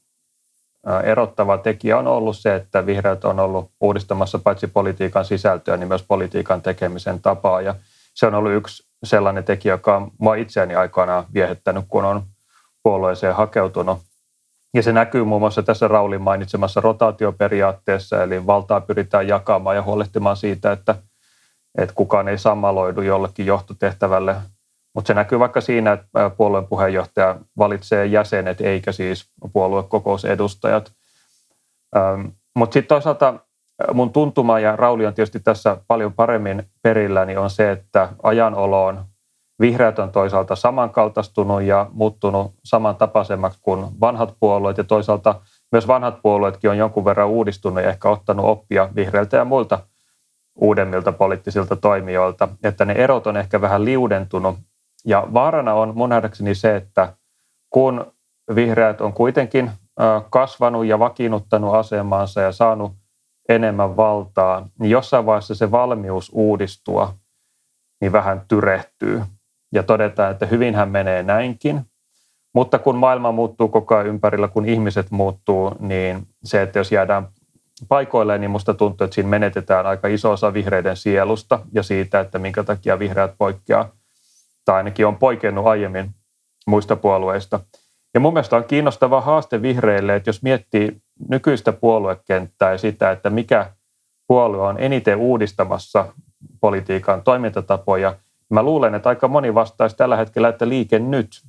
erottava tekijä on ollut se, että vihreät on ollut uudistamassa paitsi politiikan sisältöä, niin myös politiikan tekemisen tapaa. Ja se on ollut yksi sellainen tekijä, joka on mua itseäni aikanaan viehättänyt, kun on puolueeseen hakeutunut. Ja se näkyy muun muassa tässä Raulin mainitsemassa rotaatioperiaatteessa, eli valtaa pyritään jakamaan ja huolehtimaan siitä, että, että kukaan ei sammaloidu jollekin johtotehtävälle. Mutta se näkyy vaikka siinä, että puolueen puheenjohtaja valitsee jäsenet eikä siis puoluekokousedustajat. Ähm, Mutta sitten toisaalta mun tuntuma, ja Rauli on tietysti tässä paljon paremmin perillä, niin on se, että ajanoloon vihreät on toisaalta samankaltaistunut ja muuttunut samantapaisemmaksi kuin vanhat puolueet, ja toisaalta myös vanhat puolueetkin on jonkun verran uudistunut ja ehkä ottanut oppia vihreiltä ja muilta uudemmilta poliittisilta toimijoilta, että ne erot on ehkä vähän liudentunut. Ja vaarana on mun nähdäkseni se, että kun vihreät on kuitenkin kasvanut ja vakiinnuttanut asemaansa ja saanut enemmän valtaa, niin jossain vaiheessa se valmius uudistua niin vähän tyrehtyy. Ja todetaan, että hyvinhän menee näinkin. Mutta kun maailma muuttuu koko ajan ympärillä, kun ihmiset muuttuu, niin se, että jos jäädään paikoilleen, niin musta tuntuu, että siinä menetetään aika iso osa vihreiden sielusta ja siitä, että minkä takia vihreät poikkeaa tai ainakin on poikennut aiemmin muista puolueista. Ja mun mielestä on kiinnostava haaste vihreille, että jos miettii nykyistä puoluekenttää ja sitä, että mikä puolue on eniten uudistamassa politiikan toimintatapoja, mä luulen, että aika moni vastaisi tällä hetkellä, että Liike Nyt.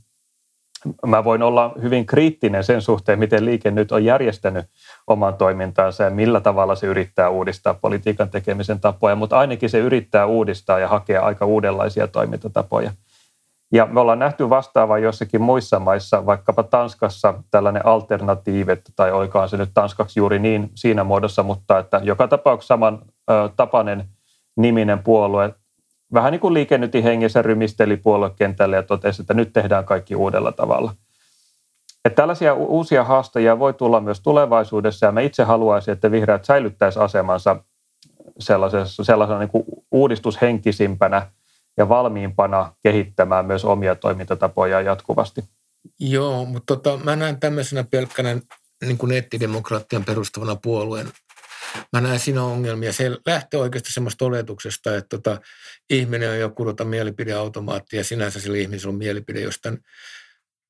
Mä voin olla hyvin kriittinen sen suhteen, miten Liike Nyt on järjestänyt oman toimintaansa ja millä tavalla se yrittää uudistaa politiikan tekemisen tapoja, mutta ainakin se yrittää uudistaa ja hakea aika uudenlaisia toimintatapoja. Ja me ollaan nähty vastaavaa jossakin muissa maissa, vaikkapa Tanskassa tällainen alternatiivet, tai oikaan se nyt tanskaksi juuri niin siinä muodossa, mutta että joka tapauksessa saman ö, tapainen niminen puolue, vähän niin kuin Liike Nytin hengessä rymisteli puoluekentälle ja totesi, että nyt tehdään kaikki uudella tavalla. Että tällaisia uusia haastajia voi tulla myös tulevaisuudessa, ja mä itse haluaisin, että vihreät säilyttäisi asemansa sellaisena, sellaisena niin kuin uudistushenkisimpänä ja valmiimpana kehittämään myös omia toimintatapoja jatkuvasti. Joo, mutta tota, mä näen tämmöisenä pelkkänä niin kuin nettidemokratian perustavana puolueen. Mä näen siinä ongelmia. Se lähtee oikeasti semmoista oletuksesta, että tota, ihminen on joku tota, mielipideautomaatti ja sinänsä sillä ihmisellä on mielipide jostain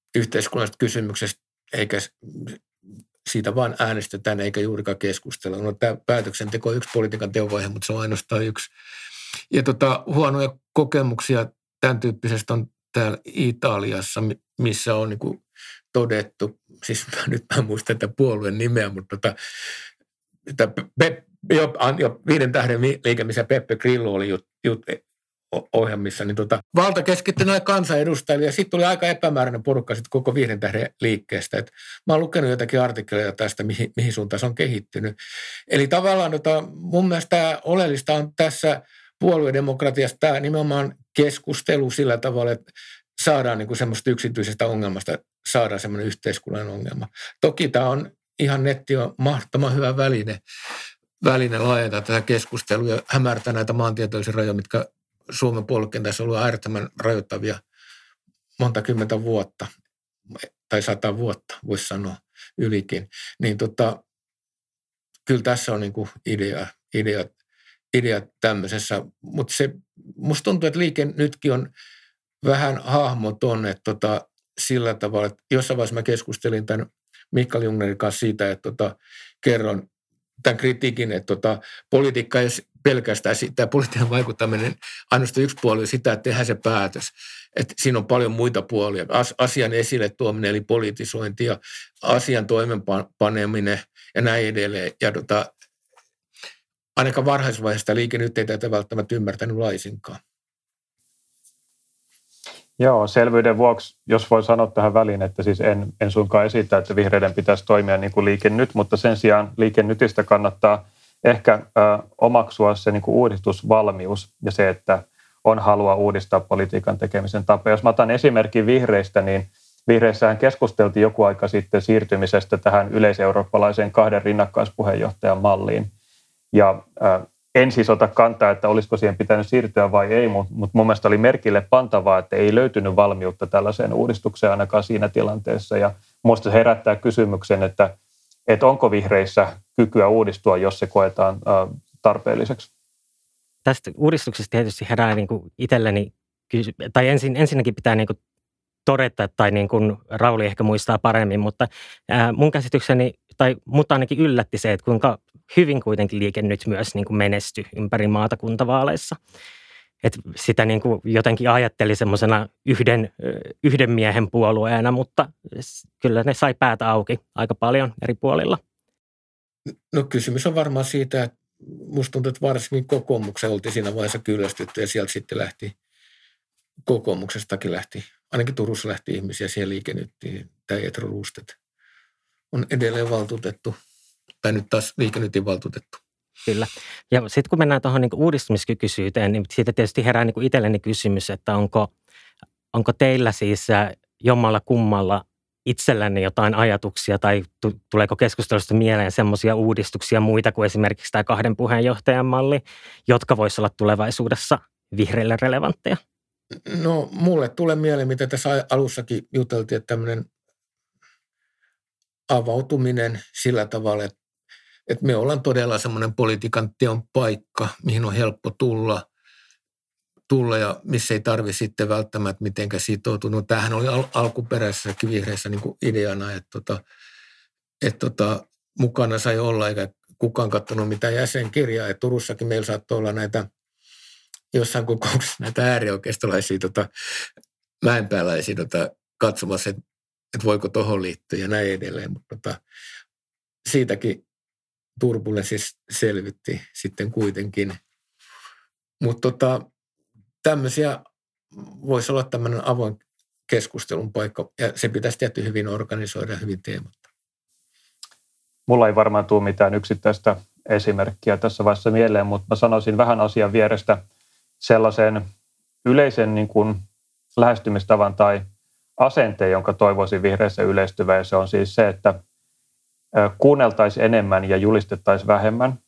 yhteiskunnallisesta kysymyksestä, eikä siitä vaan äänestetään eikä juurikaan keskustella. No, tämä päätöksenteko on yksi politiikan teovaihe, mutta se on ainoastaan yksi. Ja tota, huonoja kokemuksia tämän tyyppisestä on täällä Italiassa, missä on niin kuin todettu, siis nyt mä en muista tätä puolueen nimeä, mutta tota, Pe, jo, jo viiden tähden liike, missä Beppe Grillo oli jut, jut, ohjelmissa, niin tota, valta keskittyi näille kansanedustajille ja sitten tuli aika epämääräinen porukka sitten koko viiden tähden liikkeestä. Et mä oon lukenut jotakin artikkeleja tästä, mihin, mihin suuntaan se on kehittynyt. Eli tavallaan tota, mun mielestä tämä oleellista on tässä puoluedemokratiassa tämä nimenomaan keskustelu sillä tavalla, että saadaan niin kuin semmoista yksityisestä ongelmasta, saadaan semmoinen yhteiskunnallinen ongelma. Toki tämä on ihan netti on mahdottoman hyvä väline, väline laajentaa tätä keskustelua ja hämärtää näitä maantieteellisiä rajoja, mitkä Suomen puoluekentässä on ollut äärettömän rajoittavia monta kymmentä vuotta, tai sata vuotta, voisi sanoa ylikin. Niin tota, kyllä tässä on niin kuin idea, idea, idea tämmöisessä, mutta se, musta tuntuu, että liike nytkin on vähän hahmoton, että tota, sillä tavalla, että jossain vaiheessa mä keskustelin tämän Mikael Jungnerin kanssa siitä, että tota, kerron tämän kritiikin, että tota, politiikka ei ole pelkästään sitä, politiikan vaikuttaminen ainoastaan yksi puoli on sitä, että tehdään se päätös. Että siinä on paljon muita puolia. Asian esille tuominen, eli politisointi ja asian toimenpaneminen ja näin edelleen. Ja tota, ainakaan varhaisvaiheesta liike nyt ei tätä välttämättä ymmärtänyt laisinkaan. Joo, selvyyden vuoksi, jos voi sanoa tähän väliin, että siis en, en suinkaan esitä, että vihreiden pitäisi toimia niin kuin Liike Nyt, mutta sen sijaan Liike Nytistä kannattaa ehkä ö, omaksua se niin kuin uudistusvalmius ja se, että on halua uudistaa politiikan tekemisen tapa. Jos mä otan esimerkin vihreistä, niin vihreissähän keskusteltiin joku aika sitten siirtymisestä tähän yleiseurooppalaiseen kahden rinnakkaispuheenjohtajan malliin. Ja ö, en siis ota kantaa, että olisiko siihen pitänyt siirtyä vai ei, mutta mun mielestä oli merkille pantavaa, että ei löytynyt valmiutta tällaiseen uudistukseen ainakaan siinä tilanteessa. Ja minusta se herättää kysymyksen, että, että onko vihreissä kykyä uudistua, jos se koetaan tarpeelliseksi. Tästä uudistuksesta tietysti herää niin kuin itselleni, tai ensin, ensinnäkin pitää niin kuin todeta, tai niin kuin Rauli ehkä muistaa paremmin, mutta mun käsitykseni, tai mut ainakin yllätti se, että kuinka hyvin kuitenkin Liike Nyt myös niin kuin menestyi ympäri maata kuntavaaleissa. Että sitä niin kuin jotenkin ajatteli semmoisena yhden, yhden miehen puolueena, mutta kyllä ne sai päätä auki aika paljon eri puolilla. No kysymys on varmaan siitä, että musta tuntuu, että varsinkin kokoomuksen oltiin siinä vaiheessa kyllästytty ja sieltä sitten lähti, kokoomuksestakin lähti, ainakin Turussa lähti ihmisiä siihen Liike Nyttiin. Tämä Eetro Ruustet on edelleen valtuutettu, tai nyt taas Liike Nytin valtuutettu. Kyllä. Ja sitten kun mennään tuohon niinku uudistumiskykyisyyteen, niin siitä tietysti herää niinku itselleni kysymys, että onko, onko teillä siis jommalla kummalla itsellänne jotain ajatuksia tai t- tuleeko keskustelusta mieleen semmoisia uudistuksia muita kuin esimerkiksi tämä kahden puheenjohtajan malli, jotka voisivat olla tulevaisuudessa vihreille relevantteja? No mulle tulee mieleen, mitä tässä alussakin juteltiin, että tämmöinen avautuminen sillä tavalla, että, että me ollaan todella semmoinen politiikan teon paikka, mihin on helppo tulla, tulla ja missä ei tarvitse sitten välttämättä mitenkään sitoutua. No tämähän oli al- alkuperäisessäkin vihreissä niin kuin ideana, että, tota, että tota, mukana sai olla eikä kukaan katsonut mitään jäsenkirjaa. Ja Turussakin meillä saattoi olla näitä jossain kokouksessa näitä äärioikeistolaisia tota, mäenpääläisiä tota, katsomassa, että, että voiko tuohon liittyä ja näin edelleen. Mutta tota, siitäkin turbulenssi selvitti sitten kuitenkin. Mutta tota, tämmöisiä voisi olla tämmöinen avoin keskustelun paikka ja se pitäisi tietysti hyvin organisoida ja hyvin teemattaa. Mulla ei varmaan tule mitään yksittäistä esimerkkiä tässä vaiheessa mieleen, mutta mä sanoisin vähän asian vierestä sellaisen yleisen niin kuin lähestymistavan tai asenteen, jonka toivoisin vihreissä yleistyvä, ja se on siis se, että kuunneltaisiin enemmän ja julistettaisiin vähemmän.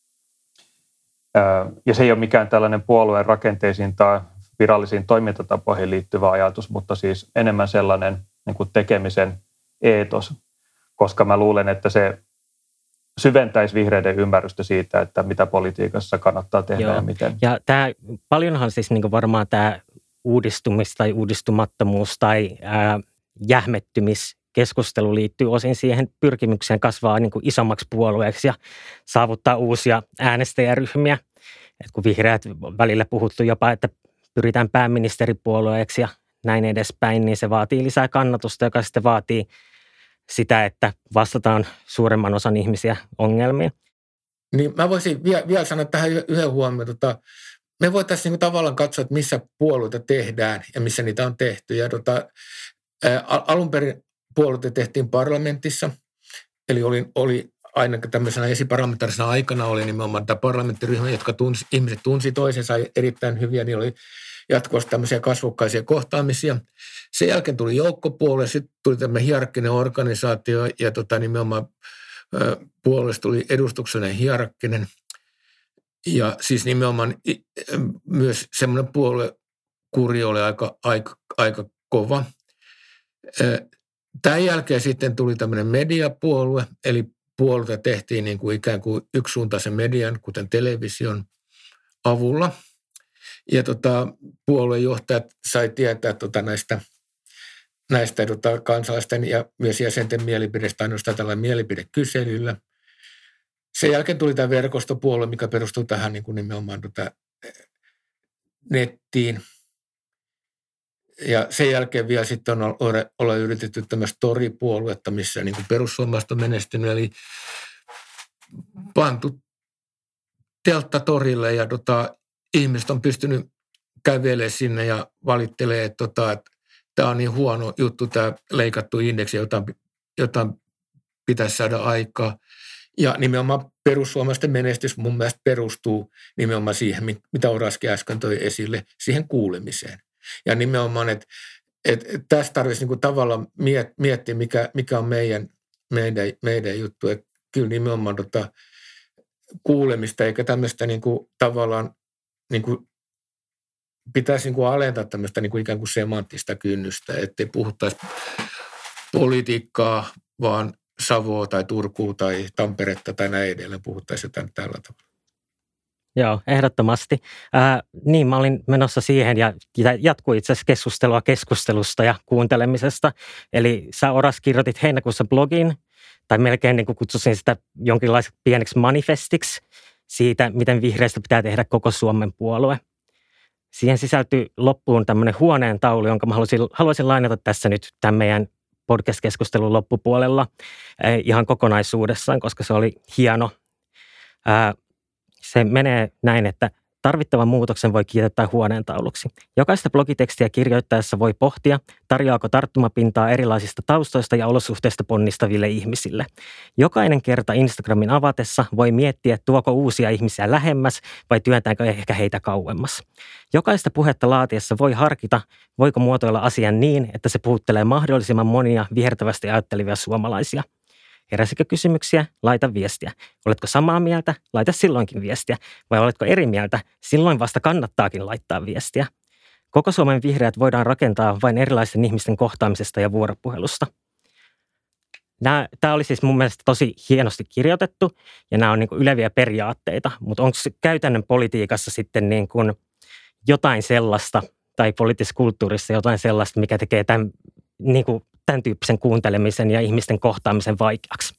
Ja se ei ole mikään tällainen puolueen rakenteisiin tai virallisiin toimintatapoihin liittyvä ajatus, mutta siis enemmän sellainen niin kuin tekemisen eetos, koska mä luulen, että se syventäisi vihreiden ymmärrystä siitä, että mitä politiikassa kannattaa tehdä. Joo. Ja miten. Ja tämä, paljonhan siis niin kuin varmaan tämä uudistumis tai uudistumattomuus tai ää, jähmettymiskeskustelu liittyy osin siihen pyrkimykseen kasvaa niin kuin isommaksi puolueeksi ja saavuttaa uusia äänestäjäryhmiä. Et kun vihreät välillä puhuttu jopa, että pyritään pääministeripuolueeksi ja näin edespäin, niin se vaatii lisää kannatusta, joka sitten vaatii sitä, että vastataan suuremman osan ihmisiä ongelmiin. Niin mä voisin vielä, vielä sanoa tähän yhden huomioon. Tota, me voitaisiin niin tavallaan katsoa, että missä puolueita tehdään ja missä niitä on tehty. Ja tota, ää, alun perin puolueita tehtiin parlamentissa, eli oli, oli aina tämmöisenä esiparlamentaarisena aikana oli nimenomaan tämä parlamenttiryhmä, jotka tunsi, ihmiset tunsi toisensa erittäin hyviä, niin oli jatkuvasti tämmöisiä kasvokkaisia kohtaamisia. Sen jälkeen tuli joukkopuolue, sitten tuli tämmöinen hierarkkinen organisaatio ja tota, nimenomaan ä, puolueesta tuli edustuksellinen hierarkkinen. Ja siis nimenomaan myös semmoinen puoluekuri oli aika, aika, aika kova. Tämän jälkeen sitten tuli tämmöinen mediapuolue, eli puolueita tehtiin niin kuin ikään kuin yksisuuntaisen median, kuten television avulla. Ja tota, puoluejohtajat sai tietää tota näistä, näistä tota kansalaisten ja myös jäsenten mielipidestä ainoastaan tällä mielipidekyselyllä. Sen jälkeen tuli tämä verkostopuolue, mikä perustuu tähän niin kuin nimenomaan tota nettiin. Ja sen jälkeen vielä sitten on olla yritetty tämmöistä toripuoluetta, missä niin kuin perussuomalaiset on menestynyt. Eli pantu teltta torille ja tota, ihmiset on pystynyt kävelemään sinne ja valittelee, että, tota, että tämä on niin huono juttu, tämä leikattu indeksi, jota, jota pitäisi saada aikaa. Ja nimenomaan perussuomalaisten menestys mun mielestä perustuu nimenomaan siihen, mitä Oras äsken toi esille, siihen kuulemiseen. Ja nimenomaan, että, että tässä tarvitsisi niin kuin tavallaan miettiä, mikä, mikä on meidän, meidän, meidän juttu. Että kyllä nimenomaan tota kuulemista, eikä tämmöistä niin kuin tavallaan niin kuin pitäisi niin kuin alentaa tämmöistä niin kuin ikään kuin semanttista kynnystä, ettei puhuttaisi politiikkaa, vaan Savoa tai Turkua tai Tamperetta tai näin edelleen puhuttaisiin jotain tällä tavalla. Joo, ehdottomasti. Ää, niin, mä olin menossa siihen ja jatkui itse asiassa keskustelua keskustelusta ja kuuntelemisesta. Eli sä, Oras, kirjoitit heinäkuussa blogin, tai melkein niin kuin kutsusin sitä jonkinlaiseksi pieneksi manifestiksi siitä, miten vihreistä pitää tehdä koko Suomen puolue. Siihen sisältyi loppuun tämmöinen huoneen taulu, jonka mä haluaisin, haluaisin lainata tässä nyt tämän meidän podcast-keskustelun loppupuolella eh, ihan kokonaisuudessaan, koska se oli hieno. Ää, se menee näin, että tarvittavan muutoksen voi kirjoittaa huoneentauluksi. Jokaista blogitekstiä kirjoittaessa voi pohtia, tarjoako tarttumapintaa erilaisista taustoista ja olosuhteista ponnistaville ihmisille. Jokainen kerta Instagramin avatessa voi miettiä, tuoko uusia ihmisiä lähemmäs vai työntääkö ehkä heitä kauemmas. Jokaista puhetta laatiessa voi harkita, voiko muotoilla asian niin, että se puhuttelee mahdollisimman monia vihertävästi ajattelevia suomalaisia. Heräsikö kysymyksiä? Laita viestiä. Oletko samaa mieltä? Laita silloinkin viestiä. Vai oletko eri mieltä? Silloin vasta kannattaakin laittaa viestiä. Koko Suomen vihreät voidaan rakentaa vain erilaisten ihmisten kohtaamisesta ja vuoropuhelusta. Tämä oli siis mun mielestä tosi hienosti kirjoitettu ja nämä on niin kuin yleviä periaatteita, mutta onko käytännön politiikassa sitten niin kuin jotain sellaista tai poliittisessa kulttuurissa jotain sellaista, mikä tekee tämän niin kuin tämän tyyppisen kuuntelemisen ja ihmisten kohtaamisen vaikeaksi?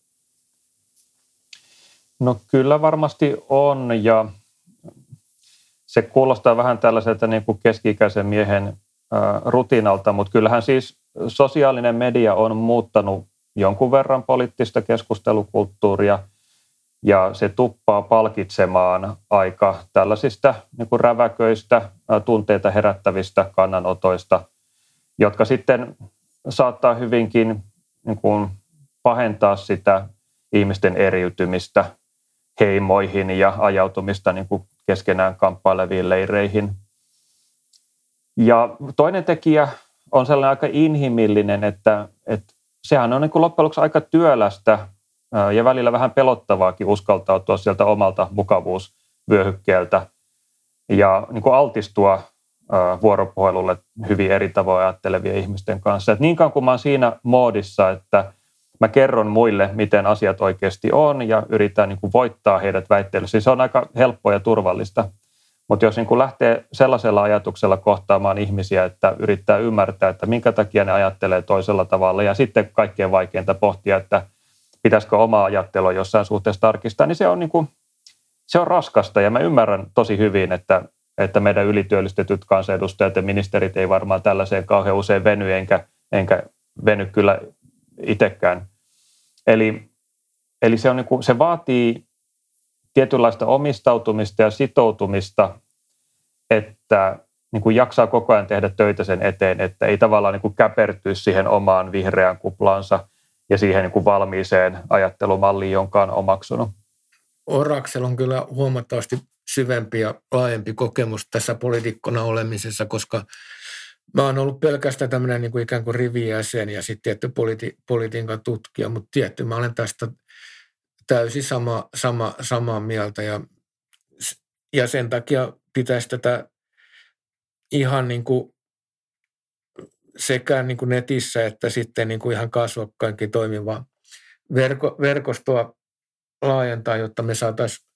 No kyllä varmasti on, ja se kuulostaa vähän tällaiselta niin kuin keski-ikäisen miehen ä, rutiinalta, mutta kyllähän siis sosiaalinen media on muuttanut jonkun verran poliittista keskustelukulttuuria, ja se tuppaa palkitsemaan aika tällaisista niin kuin räväköistä, ä, tunteita herättävistä kannanotoista, jotka sitten saattaa hyvinkin niin kuin pahentaa sitä ihmisten eriytymistä heimoihin ja ajautumista niin kuin keskenään kamppaileviin leireihin. Ja toinen tekijä on sellainen aika inhimillinen, että, että sehän on niin kuin loppujen lopuksi aika työlästä ja välillä vähän pelottavaakin uskaltautua sieltä omalta mukavuusvyöhykkeeltä ja niin kuin altistua vuoropuhelulle hyvin eri tavoin ajattelevien ihmisten kanssa. Et niin kauan kuin mä oon siinä moodissa, että mä kerron muille, miten asiat oikeasti on ja yritän niin kuin voittaa heidät väittelyssä, siis se on aika helppoa ja turvallista. Mutta jos niin kuin lähtee sellaisella ajatuksella kohtaamaan ihmisiä, että yrittää ymmärtää, että minkä takia ne ajattelee toisella tavalla ja sitten kaikkein vaikeinta pohtia, että pitäisikö omaa ajattelua jossain suhteessa tarkistaa, niin se on, niin kuin, se on raskasta ja mä ymmärrän tosi hyvin, että, että meidän ylityöllistetyt kansanedustajat ja ministerit ei varmaan tällaiseen kauhean usein veny, enkä, enkä veny kyllä itsekään. Eli, eli se, on niin kuin, se vaatii tietynlaista omistautumista ja sitoutumista, että niin kuin jaksaa koko ajan tehdä töitä sen eteen, että ei tavallaan niin kuin käpertyisi siihen omaan vihreään kuplaansa ja siihen niin kuin valmiiseen ajattelumalliin, jonka on omaksunut. Oraksella on kyllä huomattavasti syvempi ja laajempi kokemus tässä poliitikkona olemisessa, koska mä oon ollut pelkästään tämmöinen niin kuin ikään kuin rivijäsen ja sitten tietty politi- politiikan tutkija, mutta tietty mä olen tästä täysin sama, sama, samaa mieltä ja, ja sen takia pitäisi tätä ihan niin kuin sekä niin kuin netissä että sitten niin kuin ihan kasvokkainkin toimivaa verko, verkostoa laajentaa, jotta me saataisiin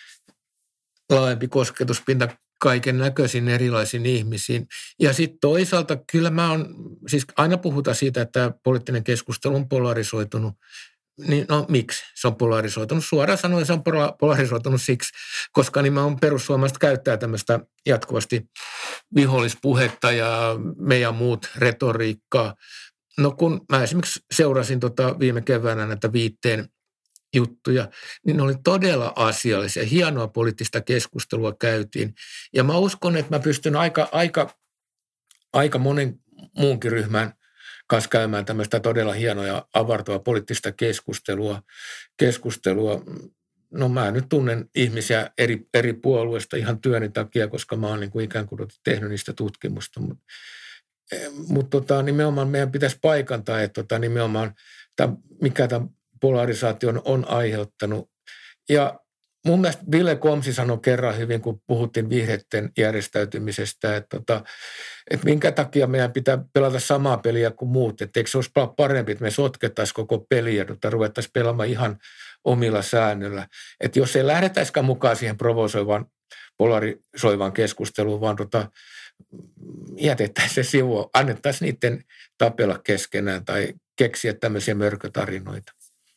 laajempi kosketuspinta kaiken näköisiin erilaisiin ihmisiin. Ja sitten toisaalta kyllä mä oon, siis aina puhutaan siitä, että poliittinen keskustelu on polarisoitunut. Niin no miksi se on polarisoitunut? Suoraan sanoen se on polarisoitunut siksi, koska nimenomaan perussuomalaiset käyttää tämmöistä jatkuvasti vihollispuhetta ja meidän muut retoriikkaa. No kun mä esimerkiksi seurasin tota viime keväänä näitä Viitteen juttuja, niin ne oli todella asiallisia. Hienoa poliittista keskustelua käytiin. Ja mä uskon, että mä pystyn aika, aika, aika monen muunkin ryhmän kanssa käymään tämmöistä todella hienoa ja avartavaa poliittista keskustelua. keskustelua. No mä nyt tunnen ihmisiä eri, eri puolueista ihan työni takia, koska mä oon niin kuin ikään kuin tehnyt niistä tutkimusta. Mutta mut tota, nimenomaan meidän pitäisi paikantaa, että tota, nimenomaan tämän, mikä tämän polarisaation on aiheuttanut. Ja mun mielestä Ville Komsi sanoi kerran hyvin, kun puhuttiin vihreiden järjestäytymisestä, että, että, että minkä takia meidän pitää pelata samaa peliä kuin muut. Että eikö se olisi parempi, että me sotkettaisiin koko peliä, että ruvettaisiin pelaamaan ihan omilla säännöillä. Että jos ei lähdetäisikään mukaan siihen provosoivaan, polarisoivaan keskusteluun, vaan tota, jätettäisiin se sivuun, annettaisiin niiden tapella keskenään tai keksiä tämmöisiä mörkötarinoita.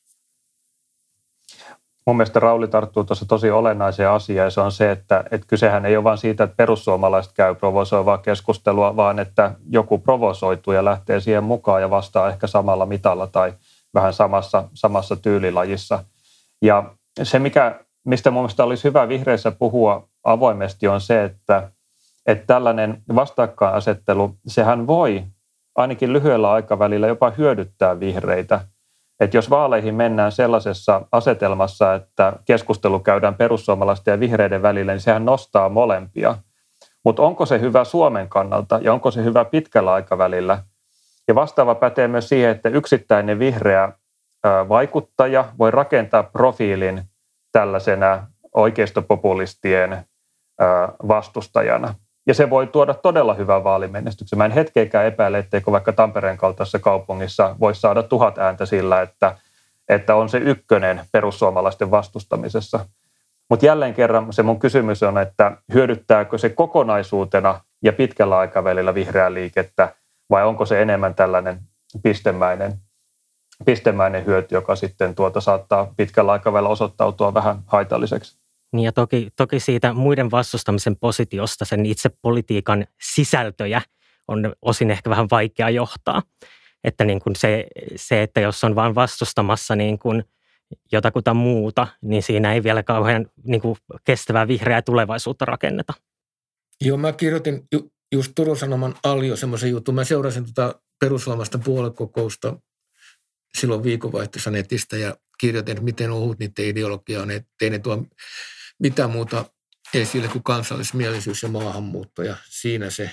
Mun mielestä Rauli tarttuu tuossa tosi olennaiseen asiaan, ja se on se, että, että kysehän ei ole vain siitä, että perussuomalaiset käy provosoivaa keskustelua, vaan että joku provosoituu ja lähtee siihen mukaan ja vastaa ehkä samalla mitalla tai vähän samassa, samassa tyylilajissa. Ja se, mikä, mistä mun mielestä olisi hyvä vihreissä puhua avoimesti, on se, että, että tällainen vastakkainasettelu, sehän voi ainakin lyhyellä aikavälillä jopa hyödyttää vihreitä. Että jos vaaleihin mennään sellaisessa asetelmassa, että keskustelu käydään perussuomalaisten ja vihreiden välillä, niin sehän nostaa molempia. Mutta onko se hyvä Suomen kannalta ja onko se hyvä pitkällä aikavälillä? Ja vastaava pätee myös siihen, että yksittäinen vihreä vaikuttaja voi rakentaa profiilin tällaisena oikeistopopulistien vastustajana. Ja se voi tuoda todella hyvän vaalimenestyksen. Mä en hetkeäkään epäile, etteikö vaikka Tampereen kaltaisessa kaupungissa voi saada tuhat ääntä sillä, että, että on se ykkönen perussuomalaisten vastustamisessa. Mutta jälleen kerran se mun kysymys on, että hyödyttääkö se kokonaisuutena ja pitkällä aikavälillä vihreää liikettä vai onko se enemmän tällainen pistemäinen, pistemäinen hyöty, joka sitten tuota saattaa pitkällä aikavälillä osoittautua vähän haitalliseksi. Niin ja toki, toki siitä muiden vastustamisen positiosta sen itse politiikan sisältöjä on osin ehkä vähän vaikea johtaa. Että niin kuin se, se, että jos on vain vastustamassa niin kuin jotakuta muuta, niin siinä ei vielä kauhean niin kuin kestävää vihreää tulevaisuutta rakenneta. Joo, mä kirjoitin ju, just Turun Sanoman Aljo semmoisen jutun. Mä seurasin tuota perussuomalaisten puoluekokousta silloin viikonvaihteessa netistä ja kirjoitin, että miten ohut niiden ideologia on, että ei ne tuo mitään muuta esille kuin kansallismielisyys ja maahanmuutto ja siinä se.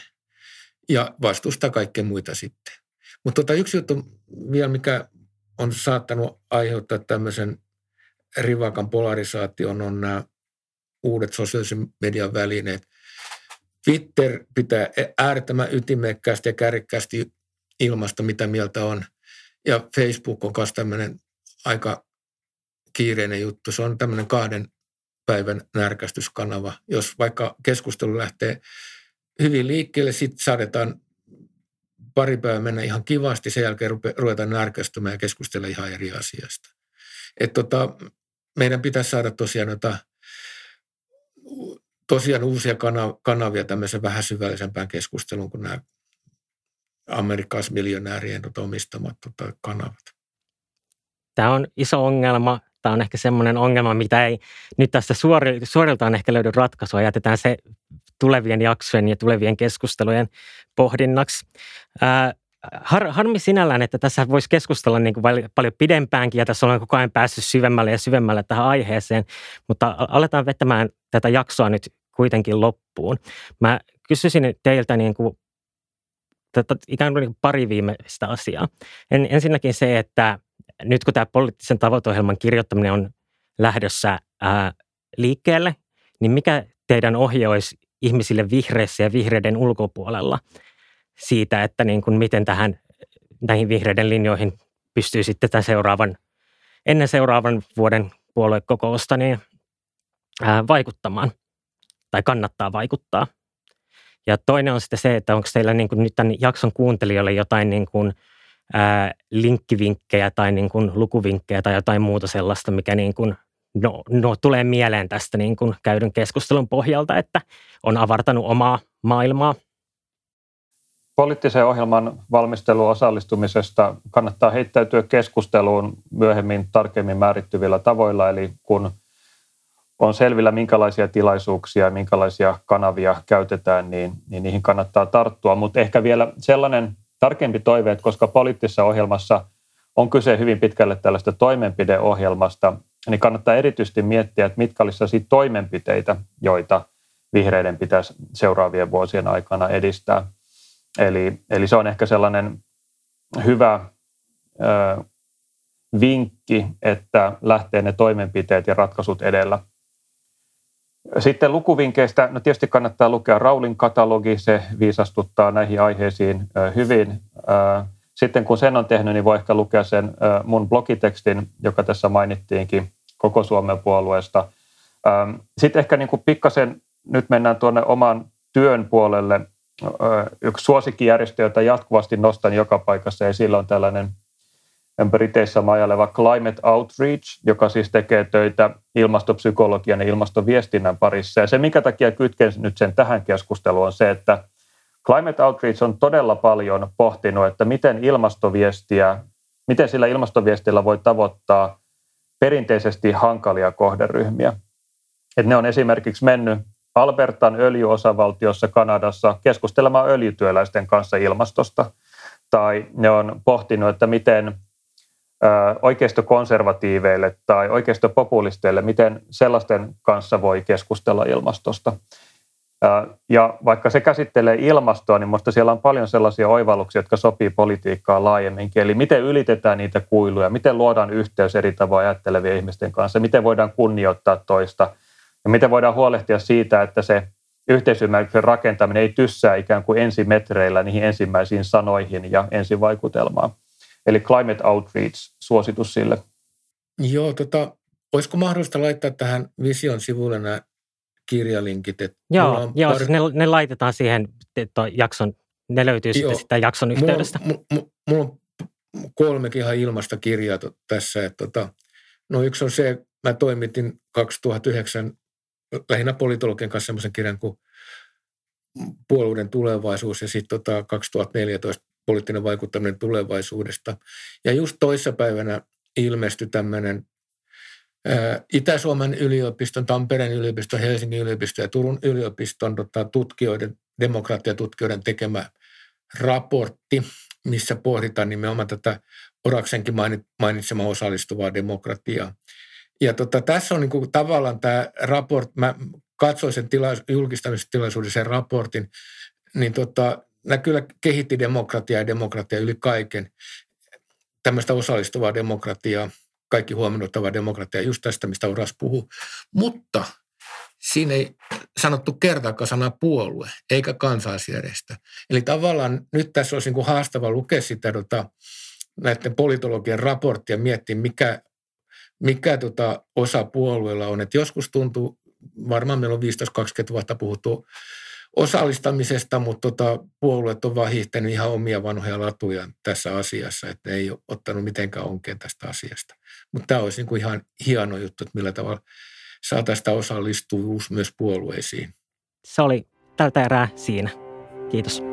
Ja vastustaa kaikkea muita sitten. Mutta tota yksi juttu vielä, mikä on saattanut aiheuttaa tämmöisen rivakan polarisaation, on nämä uudet sosiaalisen median välineet. Twitter pitää äärettömän ytimekkäästi ja kärkkäästi ilmaista, mitä mieltä on. Ja Facebook on myös tämmöinen aika kiireinen juttu. Se on tämmöinen kahden päivän närkästyskanava. Jos vaikka keskustelu lähtee hyvin liikkeelle, sitten saadetaan pari päivää mennä ihan kivasti, sen jälkeen ruvetaan närkästymään ja keskustella ihan eri asiasta. Et tota, meidän pitäisi saada tosiaan, jota, tosiaan uusia kanavia tämmöisen vähän syvällisempään keskusteluun kuin nämä amerikkalaismiljonäärien tota, omistamat tota, kanavat. Tämä on iso ongelma. Tämä on ehkä semmoinen ongelma, mitä ei nyt tästä suori, suoriltaan ehkä löydy ratkaisua. Jätetään se tulevien jaksojen ja tulevien keskustelujen pohdinnaksi. Ää, har, harmi sinällään, että tässä voisi keskustella niin kuin paljon pidempäänkin ja tässä ollaan koko ajan päässyt syvemmälle ja syvemmälle tähän aiheeseen, mutta aletaan vetämään tätä jaksoa nyt kuitenkin loppuun. Mä kysyisin teiltä niin kuin, tätä, ikään kuin pari viimeistä asiaa. En, ensinnäkin se, että nyt kun tämä poliittisen tavoiteohjelman kirjoittaminen on lähdössä ää, liikkeelle, niin mikä teidän ohje olisi ihmisille vihreissä ja vihreiden ulkopuolella siitä, että niin kuin miten tähän, näihin vihreiden linjoihin pystyy sitten tämän seuraavan, ennen seuraavan vuoden puoluekokousta niin, ää, vaikuttamaan tai kannattaa vaikuttaa. Ja toinen on sitten se, että onko teillä niin kuin nyt tämän jakson kuuntelijoille jotain niin kuin Ää, linkkivinkkejä tai niin kuin lukuvinkkejä tai jotain muuta sellaista, mikä niin kuin, no, no, tulee mieleen tästä niin kuin käydyn keskustelun pohjalta, että on avartanut omaa maailmaa. Poliittisen ohjelman valmisteluun osallistumisesta kannattaa heittäytyä keskusteluun myöhemmin tarkemmin määrittyvillä tavoilla, eli kun on selvillä, minkälaisia tilaisuuksia ja minkälaisia kanavia käytetään, niin, niin niihin kannattaa tarttua, mutta ehkä vielä sellainen tarkempi toive, että koska poliittisessa ohjelmassa on kyse hyvin pitkälle tällaista toimenpideohjelmasta, niin kannattaa erityisesti miettiä, että mitkä olisivat toimenpiteitä, joita vihreiden pitäisi seuraavien vuosien aikana edistää. Eli, eli se on ehkä sellainen hyvä ö, vinkki, että lähtee ne toimenpiteet ja ratkaisut edellä. Sitten lukuvinkkeistä, no tietysti kannattaa lukea Raulin katalogi, se viisastuttaa näihin aiheisiin hyvin. Sitten kun sen on tehnyt, niin voi ehkä lukea sen mun blogitekstin, joka tässä mainittiinkin koko Suomen puolueesta. Sitten ehkä niin kuin pikkasen nyt mennään tuonne oman työn puolelle. Yksi suosikkijärjestö, jota jatkuvasti nostan joka paikassa esillä, on tällainen Briteissä majaileva Climate Outreach, joka siis tekee töitä ilmastopsykologian ja ilmastoviestinnän parissa. Ja se, minkä takia kytken nyt sen tähän keskusteluun, on se, että Climate Outreach on todella paljon pohtinut, että miten ilmastoviestiä, miten sillä ilmastoviestillä voi tavoittaa perinteisesti hankalia kohderyhmiä. Et ne on esimerkiksi mennyt Albertan öljyosavaltiossa Kanadassa keskustelemaan öljytyöläisten kanssa ilmastosta. Tai ne on pohtinut, että miten oikeistokonservatiiveille tai oikeistopopulisteille, miten sellaisten kanssa voi keskustella ilmastosta. Ja vaikka se käsittelee ilmastoa, niin minusta siellä on paljon sellaisia oivalluksia, jotka sopii politiikkaan laajemminkin. Eli miten ylitetään niitä kuiluja, miten luodaan yhteys eri tavoin ajattelevien ihmisten kanssa, miten voidaan kunnioittaa toista ja miten voidaan huolehtia siitä, että se yhteisymmärryksen rakentaminen ei tyssää ikään kuin ensimetreillä niihin ensimmäisiin sanoihin ja ensivaikutelmaan. Eli Climate Outreach, suositus sille. Joo, tota, olisiko mahdollista laittaa tähän Vision sivuille nämä kirjalinkit? Joo, joo pari... siis ne, ne laitetaan siihen jakson, ne löytyy joo, sitten sitä jakson yhteydestä. Mulla on, mulla on kolmekin ihan ilmasta kirjaa tässä. Että, tota, no yksi on se, mä toimitin kaksituhattayhdeksän lähinnä politologian kanssa semmoisen kirjan kuin Puolueiden tulevaisuus ja sitten tota kaksituhattaneljätoista poliittinen vaikuttaminen tulevaisuudesta. Ja just toissapäivänä ilmestyi tämmöinen ää, Itä-Suomen yliopiston, Tampereen yliopiston, Helsingin yliopiston ja Turun yliopiston tota, tutkijoiden, demokratiatutkijoiden tekemä raportti, missä pohditaan nimenomaan tätä Oraksenkin mainitsemaa osallistuvaa demokratiaa. Ja tota, tässä on niin kuin tavallaan tämä raport, mä katsoin sen tilais, julkistamistilaisuuden sen raportin, niin tota, nämä kyllä kehitti demokratiaa ja demokratiaa yli kaiken. Tämmöistä osallistuvaa demokratiaa, kaikki huomioittavaa demokratiaa, just tästä, mistä Oras puhuu. Mutta siinä ei sanottu kertaakaan sana puolue, eikä kansalaisjärjestö. Eli tavallaan nyt tässä olisi niin kuin haastava lukea sitä tota, näiden politologien raporttia, miettiä mikä mikä tota osa puolueella on. Et joskus tuntuu, varmaan meillä on viisitoista kaksikymmentä vuotta puhuttu osallistamisesta, mutta tota, puolueet on vaan hiihtänyt ihan omia vanhoja latuja tässä asiassa, että ne ei ole ottanut mitenkään onkeen tästä asiasta. Mutta tämä olisi niinku ihan hieno juttu, että millä tavalla saataisiin sitä osallistuvuus myös puolueisiin. Se oli tältä erää siinä. Kiitos.